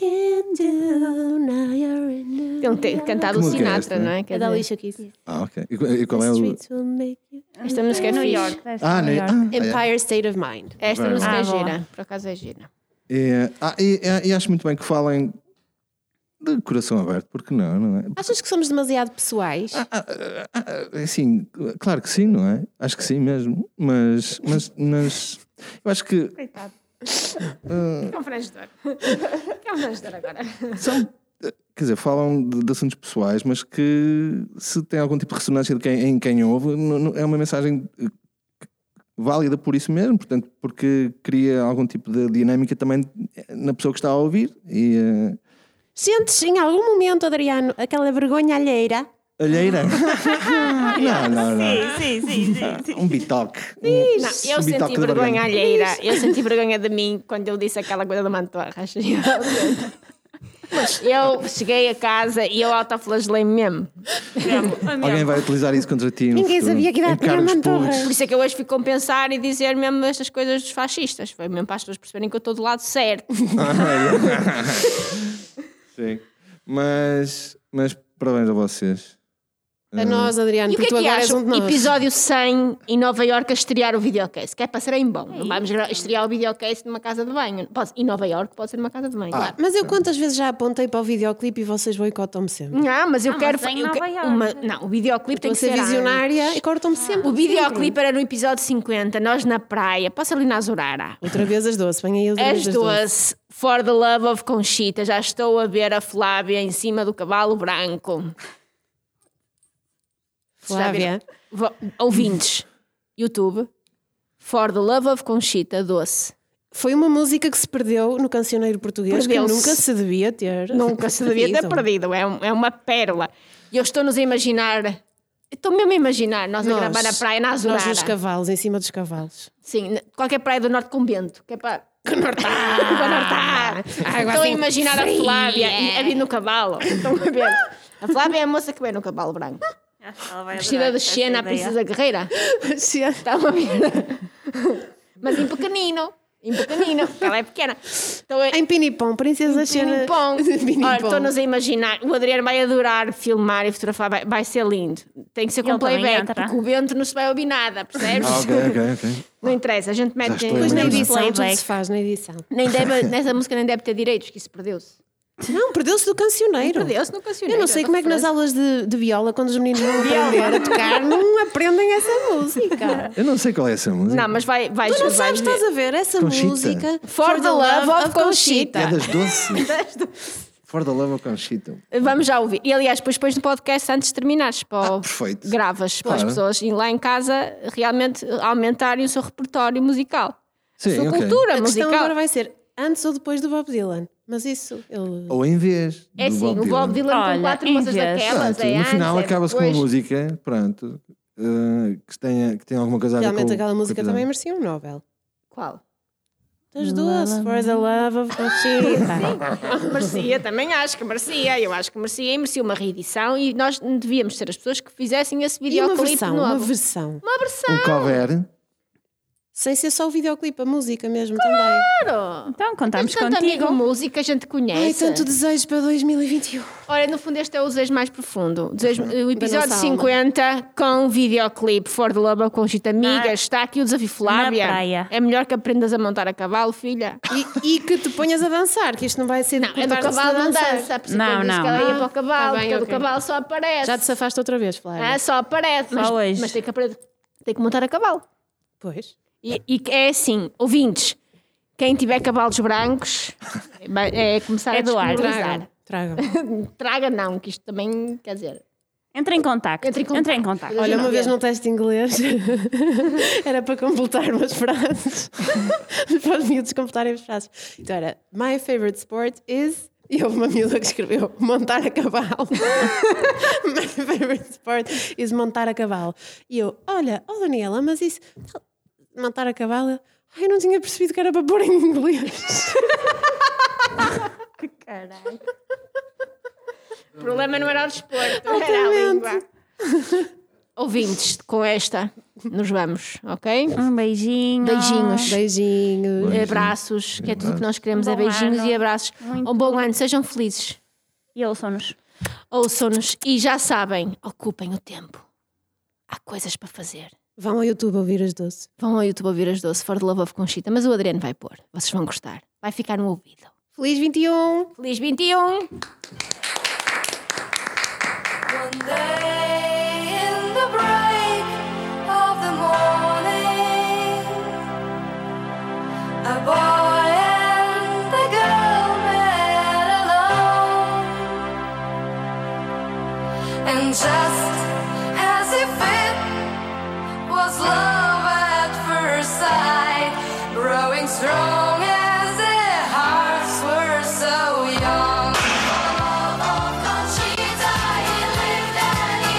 Ele tem cantado o Que música é Sinatra, esta? não é? É da Alicia Keys. Ok. E qual é o... Esta música é New fixe. York, deve ser New York. Empire State of Mind. Esta Very música é boa. gira, por acaso é gira. E acho muito bem que falem de coração aberto, porque não é? Achas que somos demasiado pessoais? Assim, claro que sim, não é? Acho que sim mesmo, mas eu acho que Coitado. Confrangedor. Confrangedor agora. são, quer dizer, falam de assuntos pessoais, mas que se tem algum tipo de ressonância em quem ouve, é uma mensagem válida por isso mesmo, portanto, porque cria algum tipo de dinâmica também na pessoa que está a ouvir. Sentes em algum momento, Adriano, aquela vergonha alheira? Alheira? Não. Sim. Um bitoque. Não, eu bitoque senti de vergonha alheira. Eu senti vergonha de mim quando eu disse aquela coisa do manto à racha. Mas eu cheguei a casa e eu autoflagelei-me mesmo. Alguém vai utilizar isso contra ti. Ninguém sabia que idade tinha a Mantorra. Por isso é que eu hoje fico a pensar e dizer mesmo estas coisas dos fascistas. Foi mesmo para as pessoas perceberem que eu estou do lado certo. Sim. Mas parabéns a vocês. A nós, Adriano, E o que porque é tu que agora és um acham? de nós. Episódio 100 em Nova Iorque a estrear o videocast. Que é para ser em bom. Não vamos estrear o videocast numa casa de banho. Em Nova Iorque pode ser numa casa de banho. Claro. Mas eu quantas vezes já apontei para o videoclipe e vocês boicotam-me sempre? Não, mas eu Não, quero... mas em eu Nova quero Iorque. Não, o videoclipe tem Estou a que ser ser visionária e cortam-me sempre. O videoclipe era no episódio 50, nós na praia, posso ali na Azurara. Outra vez as doce, vem aí outra As vez as doce. duas, For the Love of Conchita, já estou a ver a Flávia em cima do cavalo branco. Flávia. Ouvintes, YouTube, For the Love of Conchita, doce. Foi uma música que se perdeu no cancioneiro português que Perdeu-se. nunca se devia ter. Nunca se devia ter perdido, é uma pérola. E eu estou-nos a imaginar, estou mesmo a imaginar, nós a gravar na praia, na Azurara. Nós nos cavalos, em cima dos cavalos. Sim, qualquer praia do norte com vento, que é para Estou a imaginar a Flávia a vir no cavalo. Estão a ver? A Flávia é a moça que vem no cavalo branco. Vestida de Xena, a princesa guerreira. Estão a ver? Mas em pequenino. Porque ela é pequena. Em Pinipom, Princesa Xena. Olha, estou-nos a imaginar. O Adriano vai adorar filmar e fotografar. Vai ser lindo. Tem que ser com Ele também playback, entra. porque o vento não se vai ouvir nada, percebes? Ok. Não interessa, a gente mete... estou a Depois na imaginar. edição, tudo Playback. se faz na edição. Nessa música nem deve ter direitos, que isso perdeu-se. Não, perdeu-se do cancioneiro. Perdeu-se no cancioneiro. Eu não sei como é que nas aulas de viola, quando os meninos vão aprender a tocar, não aprendem essa música. Eu não sei qual é essa música. Não, mas vai Tu não sabes, estás a ver essa Conchita. música? For the Love of Conchita. É das doces. For the Love of Conchita. Vamos já ouvir. E aliás, depois no podcast, antes de terminares, perfeito. gravas para as Claro. pessoas ir lá em casa realmente aumentarem o seu repertório musical. Sim, a sua ok. cultura A questão musical. agora vai ser antes ou depois do Bob Dylan. Mas isso, ele... Ou em vez É do assim, Bob o Bob Dylan com Olha, 4 em moças vez. daquelas. Pronto, É no antes, final é acaba-se com uma depois. música, pronto, que tenha alguma coisa a ver com Realmente aquela música com a também merecia um Nobel. Qual? Das duas, For the Love of Conchita. Merecia, também acho que merecia. Eu acho que merecia e merecia uma reedição e nós devíamos ser as pessoas que fizessem esse E uma videoclipe versão, novo. uma versão. Uma versão. um cover. Sem ser só o videoclipe, a música mesmo também. Claro. Então, contamos Tanto amigo contigo. música, a gente Ai, conhece. tanto desejo para 2021. Olha, no fundo este é o desejo mais profundo. O episódio nossa 50 com videoclipe For the Love of Conchita. Amiga, está aqui o desafio Flávia. Na praia. É melhor que aprendas a montar a cavalo, filha. E que te ponhas a dançar, que isto não vai ser de Não, é do cortar-se cavalo de não dançar. dança. Por isso Não, que eu disse não. que ela ia para o cavalo, Tá bem, porque ok. o cavalo só aparece. Já te safaste outra vez, Flávia. Ah, só aparece. Só hoje. Mas tem que montar a cavalo. Pois. E é assim, ouvintes, quem tiver cavalos brancos é começar a doar. disponibilizar. Tragam. Traga não, que isto também, quer dizer... Entra em contacto. Entre em contacto. Olha, uma Não, vez não. num teste de inglês era para completar umas frases. Para os miúdos completarem as frases. Então era, my favorite sport is... E houve uma miúda que escreveu montar a cavalo. My favorite sport is montar a cavalo. E eu, olha, Daniela, mas isso... Montar a cavalo... Ai, eu não tinha percebido que era para pôr em inglês. Caralho. O problema não era o desporto, era a língua. Ouvintes, com esta nos vamos, ok? Um beijinho. Beijinhos. Beijinhos. Abraços, que é tudo o que nós queremos, Um é bom beijinhos ano. e abraços. Muito Um bom ano, sejam felizes. E ouçam-nos. Ouçam-nos e já sabem, ocupem o tempo. Há coisas para fazer. Vão ao YouTube ouvir as doces. Vão ao YouTube ouvir as doces, For the Love of Conchita, mas o Adriano vai pôr. Vocês vão gostar. Vai ficar no ouvido. Feliz 21! Feliz 21! One day in the break of the morning, a boy and a girl met alone, and just as if it was love at first sight, growing strong as their hearts were so young. Conchita, he lived and he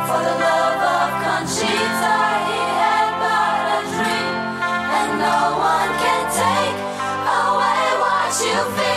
For the love of Conchita, he had but a dream, and no one can take away what you feel.